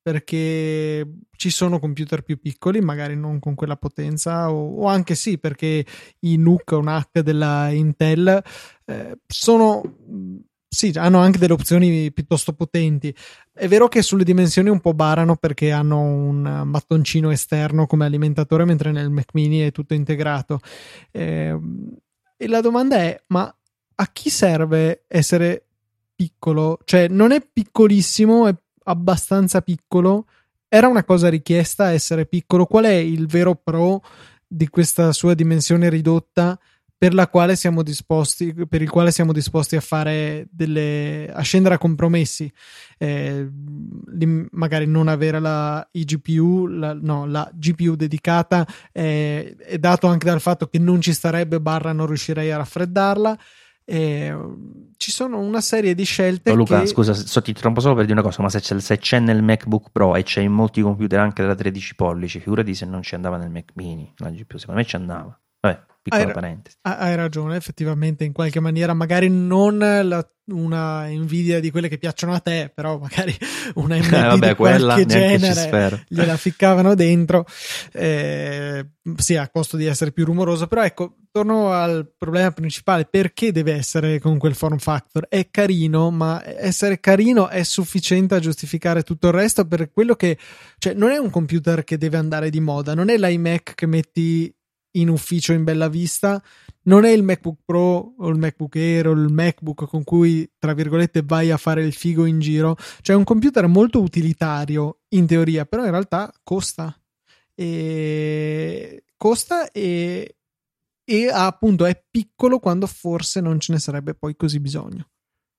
perché ci sono computer più piccoli, magari non con quella potenza, o, o anche sì, perché i N U C o N A C della Intel eh, sono... sì, hanno anche delle opzioni piuttosto potenti. È vero che sulle dimensioni un po' barano, perché hanno un mattoncino esterno come alimentatore, mentre nel Mac Mini è tutto integrato. Eh, e la domanda è, ma a chi serve essere piccolo? Cioè, non è piccolissimo, è abbastanza piccolo. Era una cosa richiesta essere piccolo? Qual è il vero pro di questa sua dimensione ridotta, per la quale siamo disposti, per il quale siamo disposti a fare delle, a scendere a compromessi, eh, magari non avere la eGPU, la, no, la G P U dedicata eh, è dato anche dal fatto che non ci starebbe barra non riuscirei a raffreddarla. Eh, ci sono una serie di scelte. No, Luca, che... scusa, so, ti interrompo solo per dire una cosa, ma se c'è, se c'è nel MacBook Pro e c'è in molti computer anche da tredici pollici, figurati se non ci andava nel Mac Mini la G P U, secondo me ci andava. Vabbè, piccola hai, parentesi. Hai ragione, effettivamente, in qualche maniera, magari non la, una Nvidia di quelle che piacciono a te, però magari una M D eh, vabbè, di qualche genere gliela ficcavano dentro, eh, sì, a costo di essere più rumoroso. Però ecco, torno al problema principale: perché deve essere con quel form factor? È carino, ma essere carino è sufficiente a giustificare tutto il resto? Per quello che, cioè, non è un computer che deve andare di moda, non è l'iMac che metti in ufficio in bella vista, non è il MacBook Pro o il MacBook Air o il MacBook con cui, tra virgolette, vai a fare il figo in giro. Cioè è un computer molto utilitario in teoria, però in realtà costa e costa e, e appunto è piccolo quando forse non ce ne sarebbe poi così bisogno.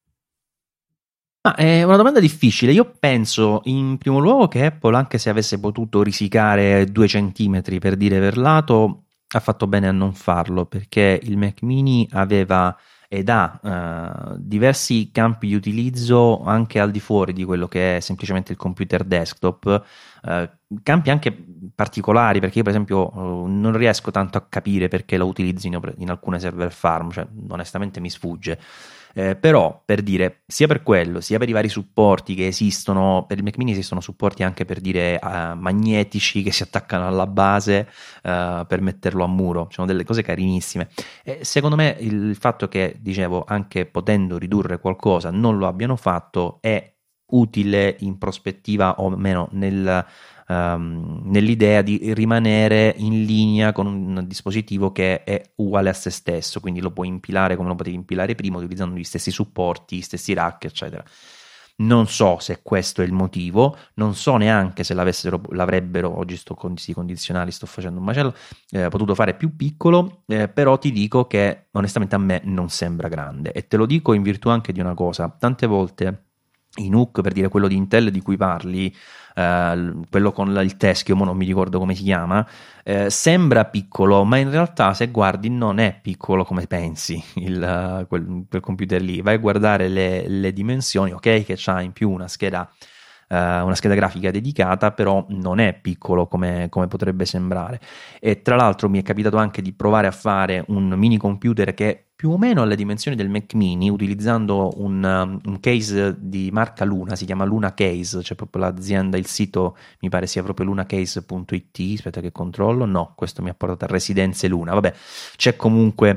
Ah, è una domanda difficile. Io penso in primo luogo che Apple, anche se avesse potuto risicare due centimetri per dire per lato, ha fatto bene a non farlo, perché il Mac Mini aveva ed ha uh, diversi campi di utilizzo anche al di fuori di quello che è semplicemente il computer desktop, uh, campi anche particolari, perché io per esempio uh, non riesco tanto a capire perché lo utilizzino in alcune server farm, cioè onestamente mi sfugge. Eh, però per dire, sia per quello sia per i vari supporti che esistono per il Mac Mini, esistono supporti anche per dire uh, magnetici che si attaccano alla base uh, per metterlo a muro, ci sono delle cose carinissime. E secondo me il fatto che, dicevo, anche potendo ridurre qualcosa non lo abbiano fatto è utile in prospettiva, o meno nel Um, nell'idea di rimanere in linea con un dispositivo che è uguale a se stesso, quindi lo puoi impilare come lo potevi impilare prima, utilizzando gli stessi supporti, gli stessi rack, eccetera. Non so se questo è il motivo, non so neanche se l'avessero, l'avrebbero, oggi sto con questi condizionali, sto facendo un macello, eh, potuto fare più piccolo, eh, però ti dico che onestamente a me non sembra grande, e te lo dico in virtù anche di una cosa: tante volte i N U C, per dire quello di Intel di cui parli, eh, quello con il teschio, mo non mi ricordo come si chiama, eh, sembra piccolo, ma in realtà se guardi non è piccolo come pensi il, quel, quel computer lì. Vai a guardare le, le dimensioni, ok che c'ha in più una scheda Uh, una scheda grafica dedicata, però non è piccolo come, come potrebbe sembrare. E tra l'altro mi è capitato anche di provare a fare un mini computer che più o meno alle dimensioni del Mac Mini, utilizzando un, um, un case di marca Luna, si chiama Luna Case, c'è proprio l'azienda, il sito mi pare sia proprio lunacase punto it. Aspetta che controllo, no, questo mi ha portato a Residenze Luna, vabbè, c'è comunque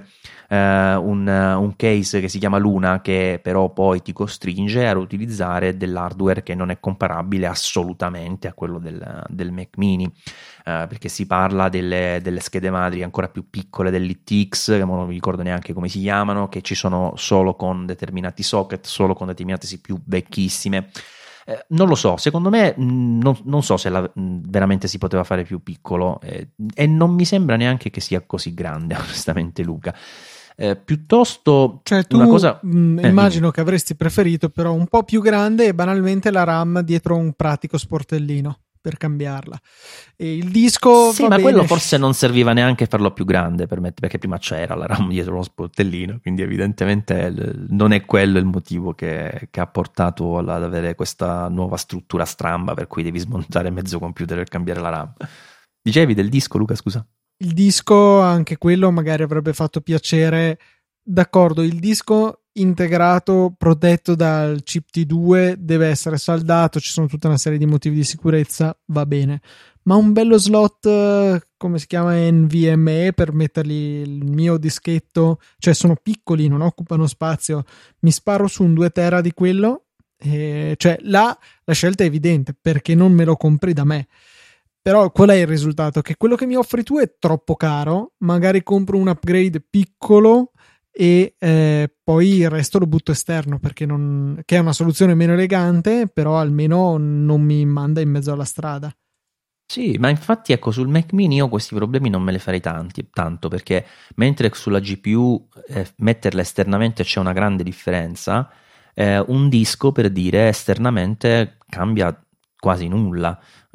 eh, un, un case che si chiama Luna, che però poi ti costringe a utilizzare dell'hardware che non è comparabile assolutamente a quello del, del Mac Mini, eh, perché si parla delle, delle schede madri ancora più piccole dell'I T X, che non mi ricordo neanche come si chiamano, che ci sono solo con determinati socket, solo con determinate C P U vecchissime. Eh, non lo so, secondo me mh, non, non so se la, mh, veramente si poteva fare più piccolo, eh, e non mi sembra neanche che sia così grande, onestamente, Luca. Eh, piuttosto, cioè tu una cosa, mh, eh, immagino dimmi. che avresti preferito però un po' più grande e banalmente la RAM dietro un pratico sportellino per cambiarla, e il disco Sì, va ma bene. quello forse non serviva neanche farlo più grande per me, perché prima c'era la RAM dietro lo sportellino, quindi evidentemente il- non è quello il motivo che, che ha portato alla- ad avere questa nuova struttura stramba per cui devi smontare mezzo computer per cambiare la RAM. Dicevi del disco, Luca, scusa? Il disco, anche quello magari avrebbe fatto piacere. D'accordo, il disco integrato, protetto dal chip T due, deve essere saldato, ci sono tutta una serie di motivi di sicurezza, va bene. Ma un bello slot, eh, come si chiama, N V M e, per mettergli il mio dischetto, cioè sono piccoli, non occupano spazio, mi sparo su un due tera di quello, e, cioè là la scelta è evidente, perché non me lo compri da me. Però qual è il risultato? Che quello che mi offri tu è troppo caro, magari compro un upgrade piccolo e eh, poi il resto lo butto esterno, perché non, che è una soluzione meno elegante, però almeno non mi manda in mezzo alla strada. Sì, ma infatti ecco, sul Mac Mini io questi problemi non me li farei tanti, tanto, perché mentre sulla G P U eh, metterla esternamente c'è una grande differenza, eh, un disco, per dire, esternamente cambia quasi nulla.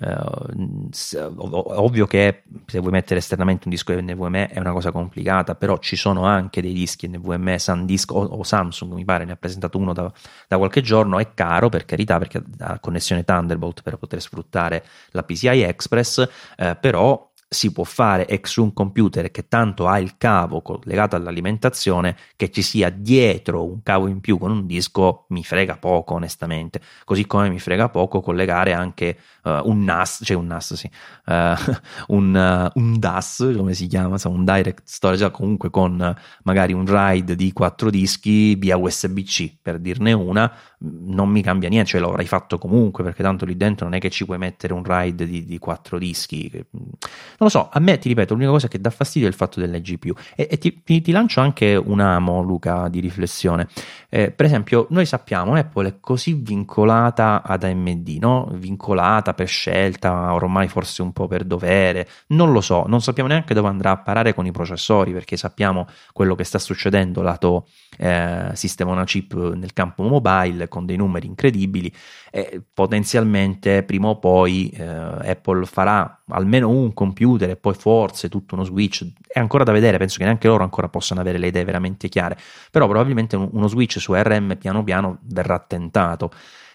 Eh, s- ov- ovvio che se vuoi mettere esternamente un disco N V M e è una cosa complicata, però ci sono anche dei dischi N V M e SanDisk, o, o Samsung mi pare ne ha presentato uno da, da qualche giorno. È caro, per carità, perché ha connessione Thunderbolt per poter sfruttare la P C I Express, eh, però si può fare ex un computer che tanto ha il cavo collegato all'alimentazione, che ci sia dietro un cavo in più con un disco mi frega poco, onestamente. Così come mi frega poco collegare anche uh, un N A S, cioè un N A S, sì, uh, un, uh, un D A S, come si chiama, so, un Direct Storage, comunque con uh, magari un RAID di quattro dischi via U S B C, per dirne una. Non mi cambia niente, cioè lo avrei fatto comunque, perché tanto lì dentro non è che ci puoi mettere un RAID di, di quattro dischi. Non lo so, a me, ti ripeto, l'unica cosa che dà fastidio è il fatto delle G P U. E, e ti, ti, ti lancio anche un amo, Luca, di riflessione. Eh, per esempio, noi sappiamo, Apple è così vincolata ad A M D, no? Vincolata per scelta, ormai forse un po' per dovere, non lo so, non sappiamo neanche dove andrà a parare con i processori, perché sappiamo quello che sta succedendo lato eh, sistema on a chip nel campo mobile, con dei numeri incredibili. E potenzialmente prima o poi eh, Apple farà almeno un computer e poi forse tutto uno switch. È ancora da vedere, penso che neanche loro ancora possano avere le idee veramente chiare, però probabilmente uno switch su A R M piano piano verrà tentato.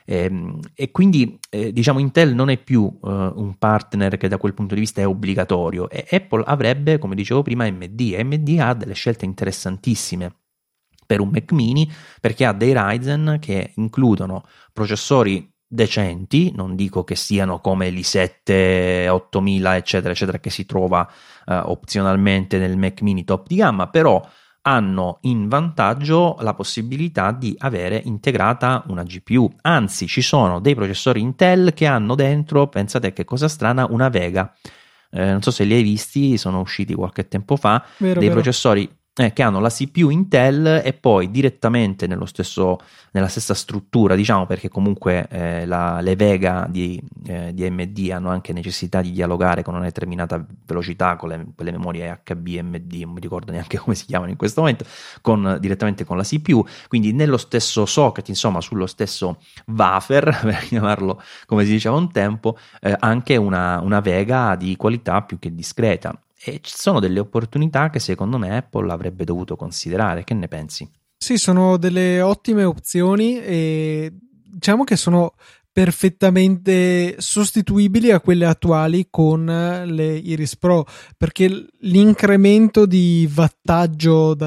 E, e quindi eh, diciamo Intel non è più uh, un partner che da quel punto di vista è obbligatorio, e Apple avrebbe, come dicevo prima, A M D. A M D ha delle scelte interessantissime per un Mac Mini, perché ha dei Ryzen che includono processori decenti, non dico che siano come l'i sette ottomila eccetera eccetera che si trova uh, opzionalmente nel Mac Mini top di gamma, però hanno in vantaggio la possibilità di avere integrata una G P U. Anzi, ci sono dei processori Intel che hanno dentro, pensate che cosa strana, una Vega. Eh, non so se li hai visti, sono usciti qualche tempo fa, Vero, dei vero. processori eh, che hanno la C P U Intel e poi direttamente nello stesso, nella stessa struttura, diciamo, perché comunque eh, la, le Vega di, eh, di A M D hanno anche necessità di dialogare con una determinata velocità con le, con le memorie H B M D, non mi ricordo neanche come si chiamano in questo momento, con, direttamente con la C P U, quindi nello stesso socket, insomma sullo stesso wafer, per chiamarlo come si diceva un tempo, eh, anche una, una Vega di qualità più che discreta. E ci sono delle opportunità che secondo me Apple avrebbe dovuto considerare. Che ne pensi? Sì, sono delle ottime opzioni e diciamo che sono perfettamente sostituibili a quelle attuali con le Iris Pro, perché l'incremento di wattaggio da, di,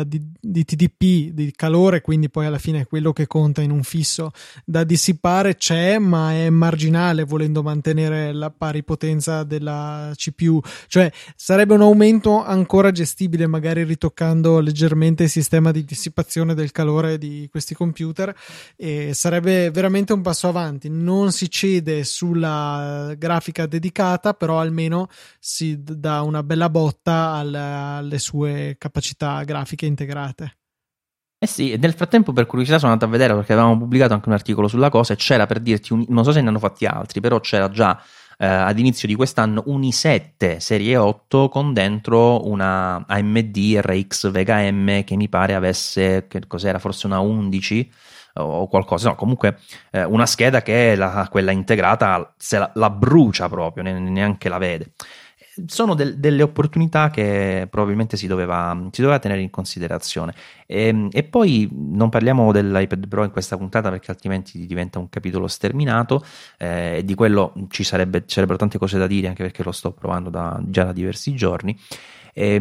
di T D P, di calore, quindi poi alla fine è quello che conta in un fisso, da dissipare c'è, ma è marginale volendo mantenere la pari potenza della C P U, cioè sarebbe un aumento ancora gestibile, magari ritoccando leggermente il sistema di dissipazione del calore di questi computer, e sarebbe veramente un passo avanti. Non si cede sulla grafica dedicata, però almeno si dà una bella botta al, alle sue capacità grafiche integrate. Eh sì, nel frattempo per curiosità sono andato a vedere, perché avevamo pubblicato anche un articolo sulla cosa, e c'era, per dirti, un, non so se ne hanno fatti altri, però c'era già eh, ad inizio di quest'anno un i sette serie otto con dentro una A M D R X Vega M che mi pare avesse, che cos'era, forse una undici o qualcosa, no, comunque eh, una scheda che la, quella integrata se la, la brucia proprio, neanche la vede. Sono del, delle opportunità che probabilmente si doveva, si doveva tenere in considerazione. E, e poi non parliamo dell'iPad Pro in questa puntata, perché altrimenti diventa un capitolo sterminato, e eh, di quello ci sarebbe, ci sarebbero tante cose da dire, anche perché lo sto provando da, già da diversi giorni. E,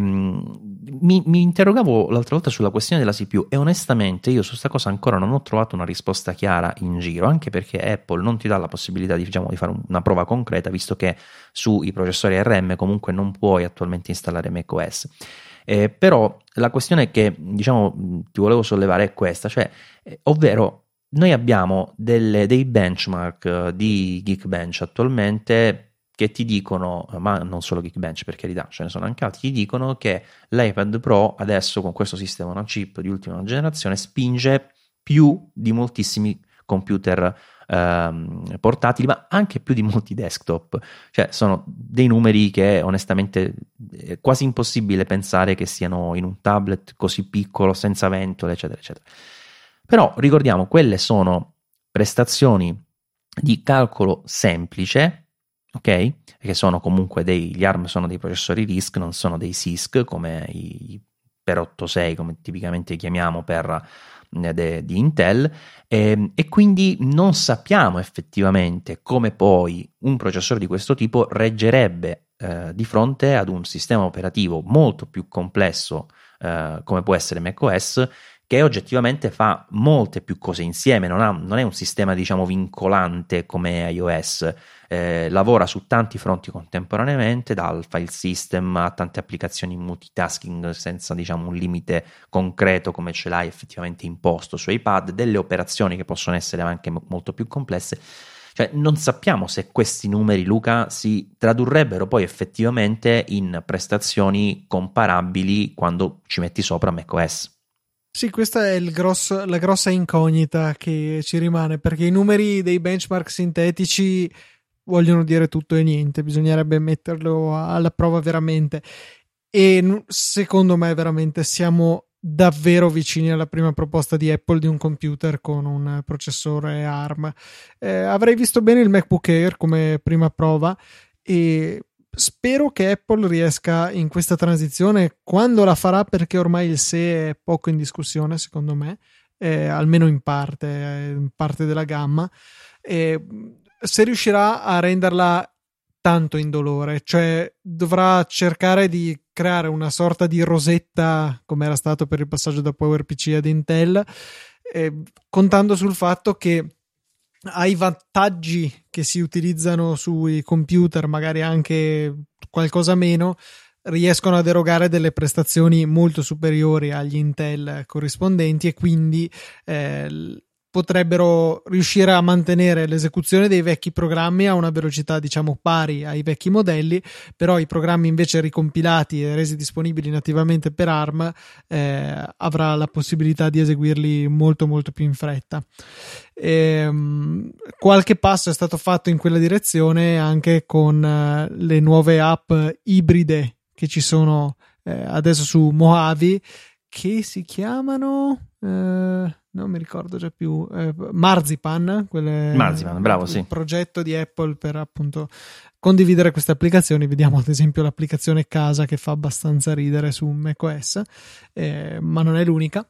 mi, mi interrogavo l'altra volta sulla questione della C P U, e onestamente io su sta cosa ancora non ho trovato una risposta chiara in giro, anche perché Apple non ti dà la possibilità di, diciamo, di fare una prova concreta, visto che sui processori A R M comunque non puoi attualmente installare macOS. Eh, però la questione che, diciamo, ti volevo sollevare è questa, cioè, eh, ovvero noi abbiamo delle, dei benchmark uh, di Geekbench attualmente che ti dicono, ma non solo Geekbench per carità, ce ne sono anche altri, ti dicono che l'iPad Pro adesso con questo sistema una chip di ultima generazione spinge più di moltissimi computer ehm, portatili, ma anche più di molti desktop. Cioè sono dei numeri che onestamente è quasi impossibile pensare che siano in un tablet così piccolo, senza ventole, eccetera eccetera. Però ricordiamo, quelle sono prestazioni di calcolo semplice, ok? Che sono comunque dei, gli A R M sono dei processori RISC, non sono dei S I S C come i per ottantasei, come tipicamente chiamiamo per eh, de, di Intel, e, e quindi non sappiamo effettivamente come poi un processore di questo tipo reggerebbe eh, di fronte ad un sistema operativo molto più complesso eh, come può essere macOS, che oggettivamente fa molte più cose insieme, non, ha, non è un sistema, diciamo, vincolante come iOS, eh, lavora su tanti fronti contemporaneamente, dal file system a tante applicazioni multitasking senza, diciamo, un limite concreto come ce l'hai effettivamente imposto su iPad, delle operazioni che possono essere anche m- molto più complesse. Cioè non sappiamo se questi numeri, Luca, si tradurrebbero poi effettivamente in prestazioni comparabili quando ci metti sopra macOS. Sì, questa è il grosso, la grossa incognita che ci rimane, perché i numeri dei benchmark sintetici vogliono dire tutto e niente, bisognerebbe metterlo alla prova veramente, e secondo me veramente siamo davvero vicini alla prima proposta di Apple di un computer con un processore A R M. Eh, avrei visto bene il MacBook Air come prima prova, e spero che Apple riesca in questa transizione, quando la farà, perché ormai il S E è poco in discussione secondo me, eh, almeno in parte, in parte della gamma, eh, se riuscirà a renderla tanto indolore, cioè dovrà cercare di creare una sorta di rosetta come era stato per il passaggio da PowerPC ad Intel, eh, contando sul fatto che ai vantaggi che si utilizzano sui computer, magari anche qualcosa meno, riescono ad erogare delle prestazioni molto superiori agli Intel corrispondenti, e quindi eh, potrebbero riuscire a mantenere l'esecuzione dei vecchi programmi a una velocità, diciamo, pari ai vecchi modelli, però i programmi invece ricompilati e resi disponibili nativamente per A R M eh, avrà la possibilità di eseguirli molto molto più in fretta. E, um, qualche passo è stato fatto in quella direzione anche con uh, le nuove app ibride che ci sono eh, adesso su Mojave, che si chiamano eh, non mi ricordo già più, eh, Marzipan, quelle, Marzipan, bravo, il sì. progetto di Apple per appunto condividere queste applicazioni. Vediamo ad esempio l'applicazione casa, che fa abbastanza ridere su macOS, eh, ma non è l'unica.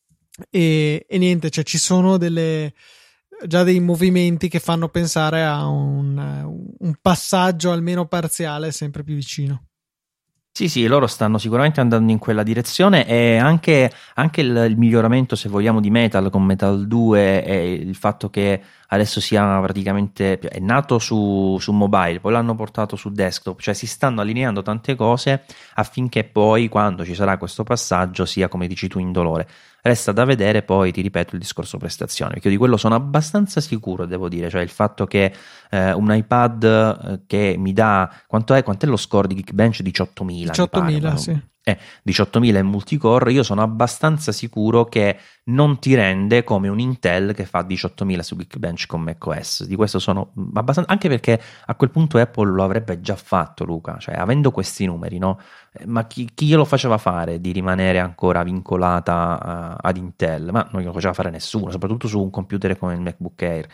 E, e niente, cioè ci sono delle già dei movimenti che fanno pensare a un, un passaggio almeno parziale sempre più vicino. Sì, sì, loro stanno sicuramente andando in quella direzione, e anche, anche il, il miglioramento, se vogliamo, di Metal con Metal due, e il fatto che adesso sia praticamente è nato su, su mobile, poi l'hanno portato su desktop, cioè si stanno allineando tante cose affinché poi, quando ci sarà questo passaggio, sia, come dici tu, indolore. Resta da vedere poi, ti ripeto, il discorso prestazioni, perché io di quello sono abbastanza sicuro, devo dire, cioè il fatto che eh, un iPad eh, che mi dà, quanto è, quant'è lo score di Geekbench? diciottomila, diciottomila, mi pare, sì. Eh, diciottomila in multicore, io sono abbastanza sicuro che non ti rende come un Intel che fa diciottomila su Geekbench con macOS. Di questo sono abbastanza, anche perché a quel punto Apple lo avrebbe già fatto, Luca, cioè avendo questi numeri, no? Eh, ma chi, chi glielo faceva fare di rimanere ancora vincolata uh, ad Intel? Ma non glielo faceva fare nessuno, soprattutto su un computer come il MacBook Air.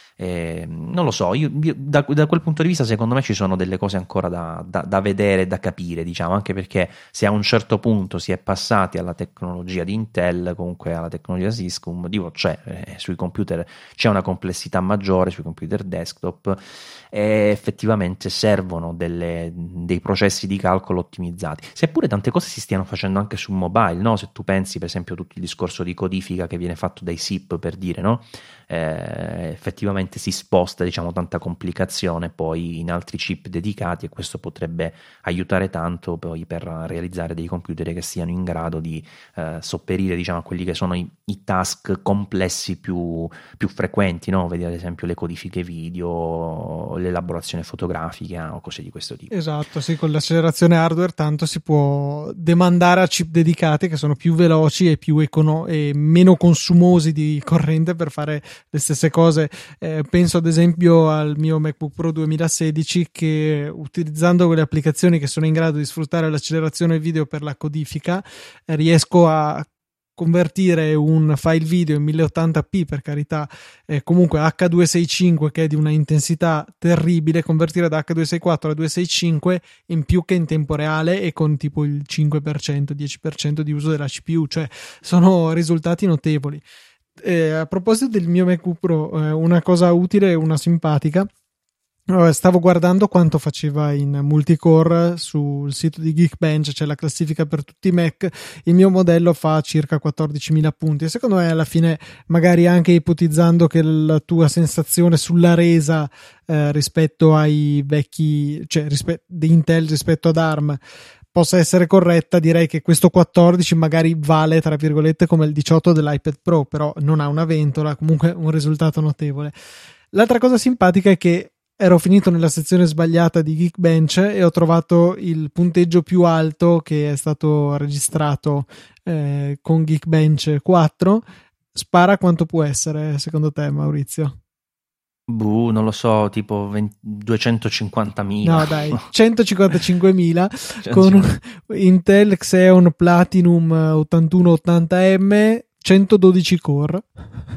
Eh, non lo so, io, io, da, da quel punto di vista secondo me ci sono delle cose ancora da, da, da vedere, da capire, diciamo, anche perché se a un certo punto si è passati alla tecnologia di Intel, comunque alla tecnologia Cisco, un motivo c'è, eh, sui computer c'è una complessità maggiore, sui computer desktop, e effettivamente servono delle, dei processi di calcolo ottimizzati, seppure tante cose si stiano facendo anche su mobile, no? Se tu pensi per esempio a tutto il discorso di codifica che viene fatto dai S I P, per dire, no? Eh, effettivamente si sposta, diciamo, tanta complicazione poi in altri chip dedicati, e questo potrebbe aiutare tanto poi per realizzare dei computer che siano in grado di eh, sopperire, diciamo, a quelli che sono i, i task complessi più, più frequenti, no? Vedi ad esempio le codifiche video, l'elaborazione fotografica o cose di questo tipo. Esatto, sì, con l'accelerazione hardware tanto si può demandare a chip dedicati che sono più veloci e più econo- e meno consumosi di corrente per fare le stesse cose. Eh, penso ad esempio al mio MacBook Pro duemilasedici, che utilizzando quelle applicazioni che sono in grado di sfruttare l'accelerazione video per la codifica, eh, riesco a convertire un file video in mille ottanta p, per carità, eh, comunque acca duecentosessantacinque, che è di una intensità terribile, convertire da acca duecentosessantaquattro a duecentosessantacinque in più che in tempo reale, e con tipo il cinque per cento, dieci per cento di uso della C P U, cioè sono risultati notevoli. Eh, a proposito del mio MacBook Pro, eh, una cosa utile e una simpatica: stavo guardando quanto faceva in multicore sul sito di Geekbench, c'è la classifica per tutti i Mac. Il mio modello fa circa quattordicimila punti, e secondo me alla fine, magari anche ipotizzando che la tua sensazione sulla resa eh, rispetto ai vecchi, cioè rispe- di Intel rispetto ad ARM, possa essere corretta, direi che questo quattordici magari vale, tra virgolette, come il diciotto dell'iPad Pro, però non ha una ventola, comunque un risultato notevole. L'altra cosa simpatica è che ero finito nella sezione sbagliata di Geekbench e ho trovato il punteggio più alto che è stato registrato eh, con Geekbench quattro. Spara quanto può essere secondo te, Maurizio? Buh, non lo so, tipo venti, duecentocinquantamila. No dai, centocinquantacinquemila con Intel Xeon Platinum ottantuno ottanta M, centododici core.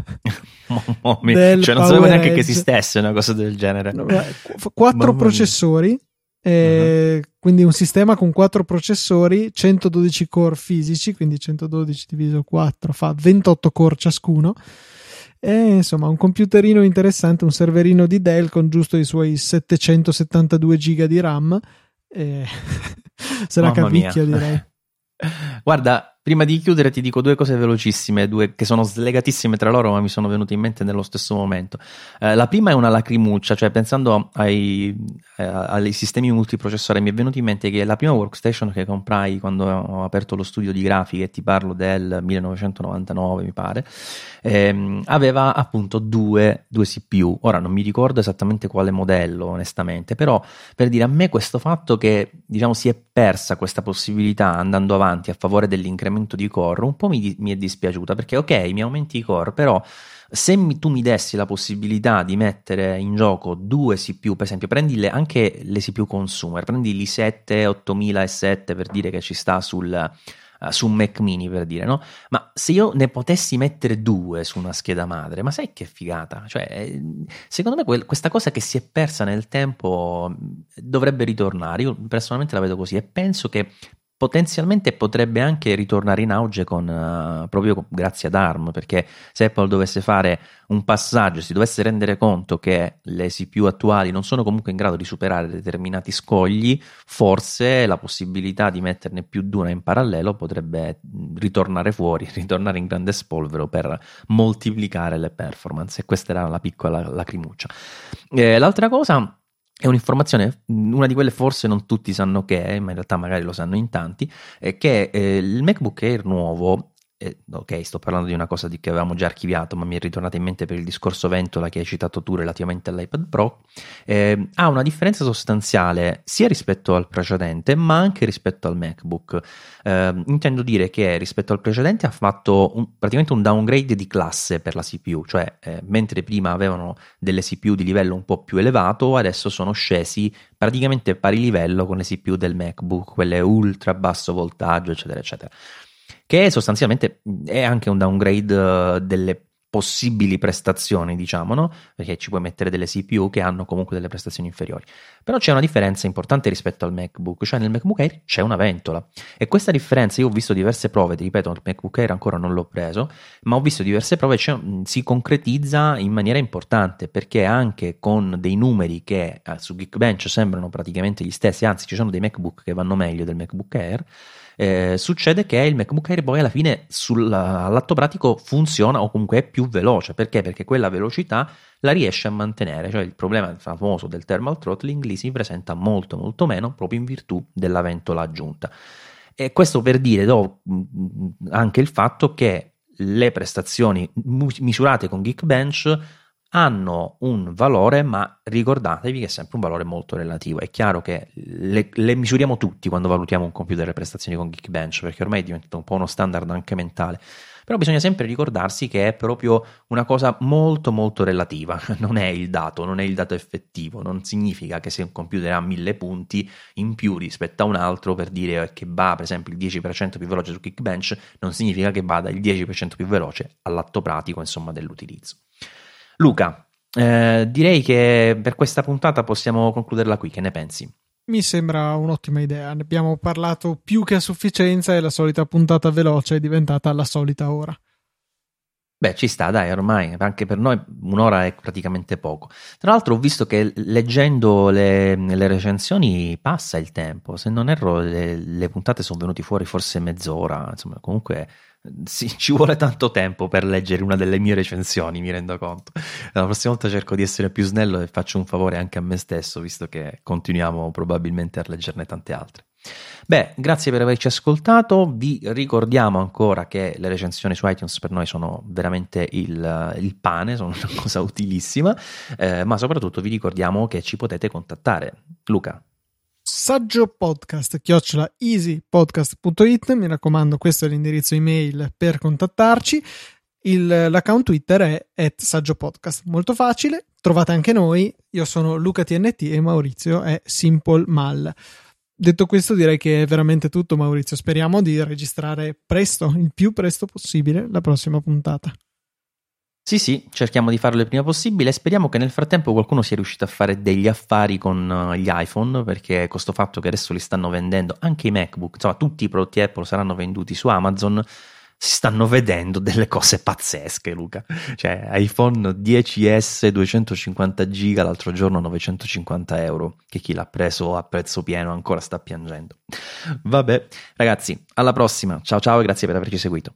Oh, cioè non sapevo neanche che esistesse una cosa del genere. Quattro processori, eh, uh-huh. Quindi un sistema con quattro processori, centododici core fisici, quindi centododici diviso quattro fa ventotto core ciascuno. E insomma un computerino interessante, un serverino di Dell con giusto i suoi settecentosettantadue giga di RAM, e se la cavicchia, direi. Guarda, prima di chiudere ti dico due cose velocissime, due che sono slegatissime tra loro ma mi sono venute in mente nello stesso momento. Eh, la prima è una lacrimuccia, cioè pensando ai, eh, ai sistemi multiprocessore mi è venuto in mente che la prima workstation che comprai quando ho aperto lo studio di grafica, e ti parlo del millenovecentonovantanove mi pare, ehm, aveva appunto due, due C P U. Ora non mi ricordo esattamente quale modello onestamente, però per dire, a me questo fatto che diciamo si è persa questa possibilità andando avanti a favore dell'incremento di core un po' mi, mi è dispiaciuta, perché ok, mi aumenti i core, però se mi, tu mi dessi la possibilità di mettere in gioco due C P U, per esempio prendi le, anche le C P U consumer, prendi l'i sette ottomila e sette, per dire, che ci sta sul Uh, su un Mac mini, per dire, no? Ma se io ne potessi mettere due su una scheda madre, ma sai che figata? Cioè, secondo me quel, questa cosa che si è persa nel tempo dovrebbe ritornare. Io personalmente la vedo così, e penso che potenzialmente potrebbe anche ritornare in auge con, uh, proprio con, grazie ad ARM, perché se Apple dovesse fare un passaggio, si dovesse rendere conto che le C P U attuali non sono comunque in grado di superare determinati scogli, forse la possibilità di metterne più di una in parallelo potrebbe ritornare fuori, ritornare in grande spolvero per moltiplicare le performance, e questa era la piccola lacrimuccia. Eh, l'altra cosa è un'informazione, una di quelle forse non tutti sanno che è, ma in realtà magari lo sanno in tanti, è che eh, il MacBook Air nuovo, eh, ok, sto parlando di una cosa di che avevamo già archiviato, ma mi è ritornata in mente per il discorso Ventola che hai citato tu relativamente all'iPad Pro, eh, ha una differenza sostanziale sia rispetto al precedente, ma anche rispetto al MacBook. Eh, intendo dire che rispetto al precedente ha fatto un, praticamente un downgrade di classe per la C P U, cioè eh, mentre prima avevano delle C P U di livello un po' più elevato, adesso sono scesi praticamente pari livello con le C P U del MacBook, quelle ultra basso voltaggio, eccetera, eccetera. Che sostanzialmente è anche un downgrade uh, delle possibili prestazioni, diciamo, no? Perché ci puoi mettere delle C P U che hanno comunque delle prestazioni inferiori. Però c'è una differenza importante rispetto al MacBook, cioè nel MacBook Air c'è una ventola, e questa differenza, io ho visto diverse prove, ti ripeto, il MacBook Air ancora non l'ho preso, ma ho visto diverse prove, cioè, si concretizza in maniera importante, perché anche con dei numeri che eh, su Geekbench sembrano praticamente gli stessi, anzi ci sono dei MacBook che vanno meglio del MacBook Air, Eh, succede che il MacBook Air poi alla fine sul, all'atto pratico funziona, o comunque è più veloce. Perché? Perché quella velocità la riesce a mantenere, cioè il problema famoso del thermal throttling lì si presenta molto molto meno proprio in virtù della ventola aggiunta. E questo per dire do, anche il fatto che le prestazioni misurate con Geekbench hanno un valore, ma ricordatevi che è sempre un valore molto relativo. È chiaro che le, le misuriamo tutti quando valutiamo un computer e le prestazioni con Geekbench, perché ormai è diventato un po' uno standard anche mentale, però bisogna sempre ricordarsi che è proprio una cosa molto molto relativa, non è il dato, non è il dato effettivo, non significa che se un computer ha mille punti in più rispetto a un altro, per dire che va per esempio il dieci per cento più veloce su Geekbench, non significa che vada il dieci per cento più veloce all'atto pratico, insomma, dell'utilizzo. Luca, eh, direi che per questa puntata possiamo concluderla qui, che ne pensi? Mi sembra un'ottima idea, ne abbiamo parlato più che a sufficienza e la solita puntata veloce è diventata la solita ora. Beh, ci sta, dai, ormai, anche per noi un'ora è praticamente poco. Tra l'altro ho visto che leggendo le, le recensioni passa il tempo, se non erro le, le puntate sono venute fuori forse mezz'ora, insomma comunque sì, ci vuole tanto tempo per leggere una delle mie recensioni, mi rendo conto. La prossima volta cerco di essere più snello e faccio un favore anche a me stesso, visto che continuiamo probabilmente a leggerne tante altre. Beh, grazie per averci ascoltato, vi ricordiamo ancora che le recensioni su iTunes per noi sono veramente il, il pane, sono una cosa utilissima, eh, ma soprattutto vi ricordiamo che ci potete contattare. Luca? Saggio Podcast, chiocciola easypodcast punto it, mi raccomando, questo è l'indirizzo email per contattarci. Il, l'account Twitter è at Saggio Podcast, molto facile, trovate anche noi, io sono Luca T N T e Maurizio è Simple Mal. Detto questo direi che è veramente tutto, Maurizio, speriamo di registrare presto, il più presto possibile, la prossima puntata. Sì, sì, cerchiamo di farlo il prima possibile e speriamo che nel frattempo qualcuno sia riuscito a fare degli affari con gli iPhone, perché con sto fatto che adesso li stanno vendendo anche i MacBook, insomma tutti i prodotti Apple saranno venduti su Amazon, si stanno vedendo delle cose pazzesche, Luca. Cioè iPhone dieci S duecentocinquanta giga l'altro giorno novecentocinquanta euro, che chi l'ha preso a prezzo pieno ancora sta piangendo. Vabbè ragazzi, alla prossima, ciao ciao e grazie per averci seguito.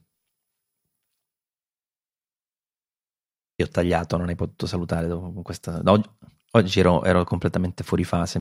Io ho tagliato, non hai potuto salutare dopo questa. Oggi ero, ero completamente fuori fase.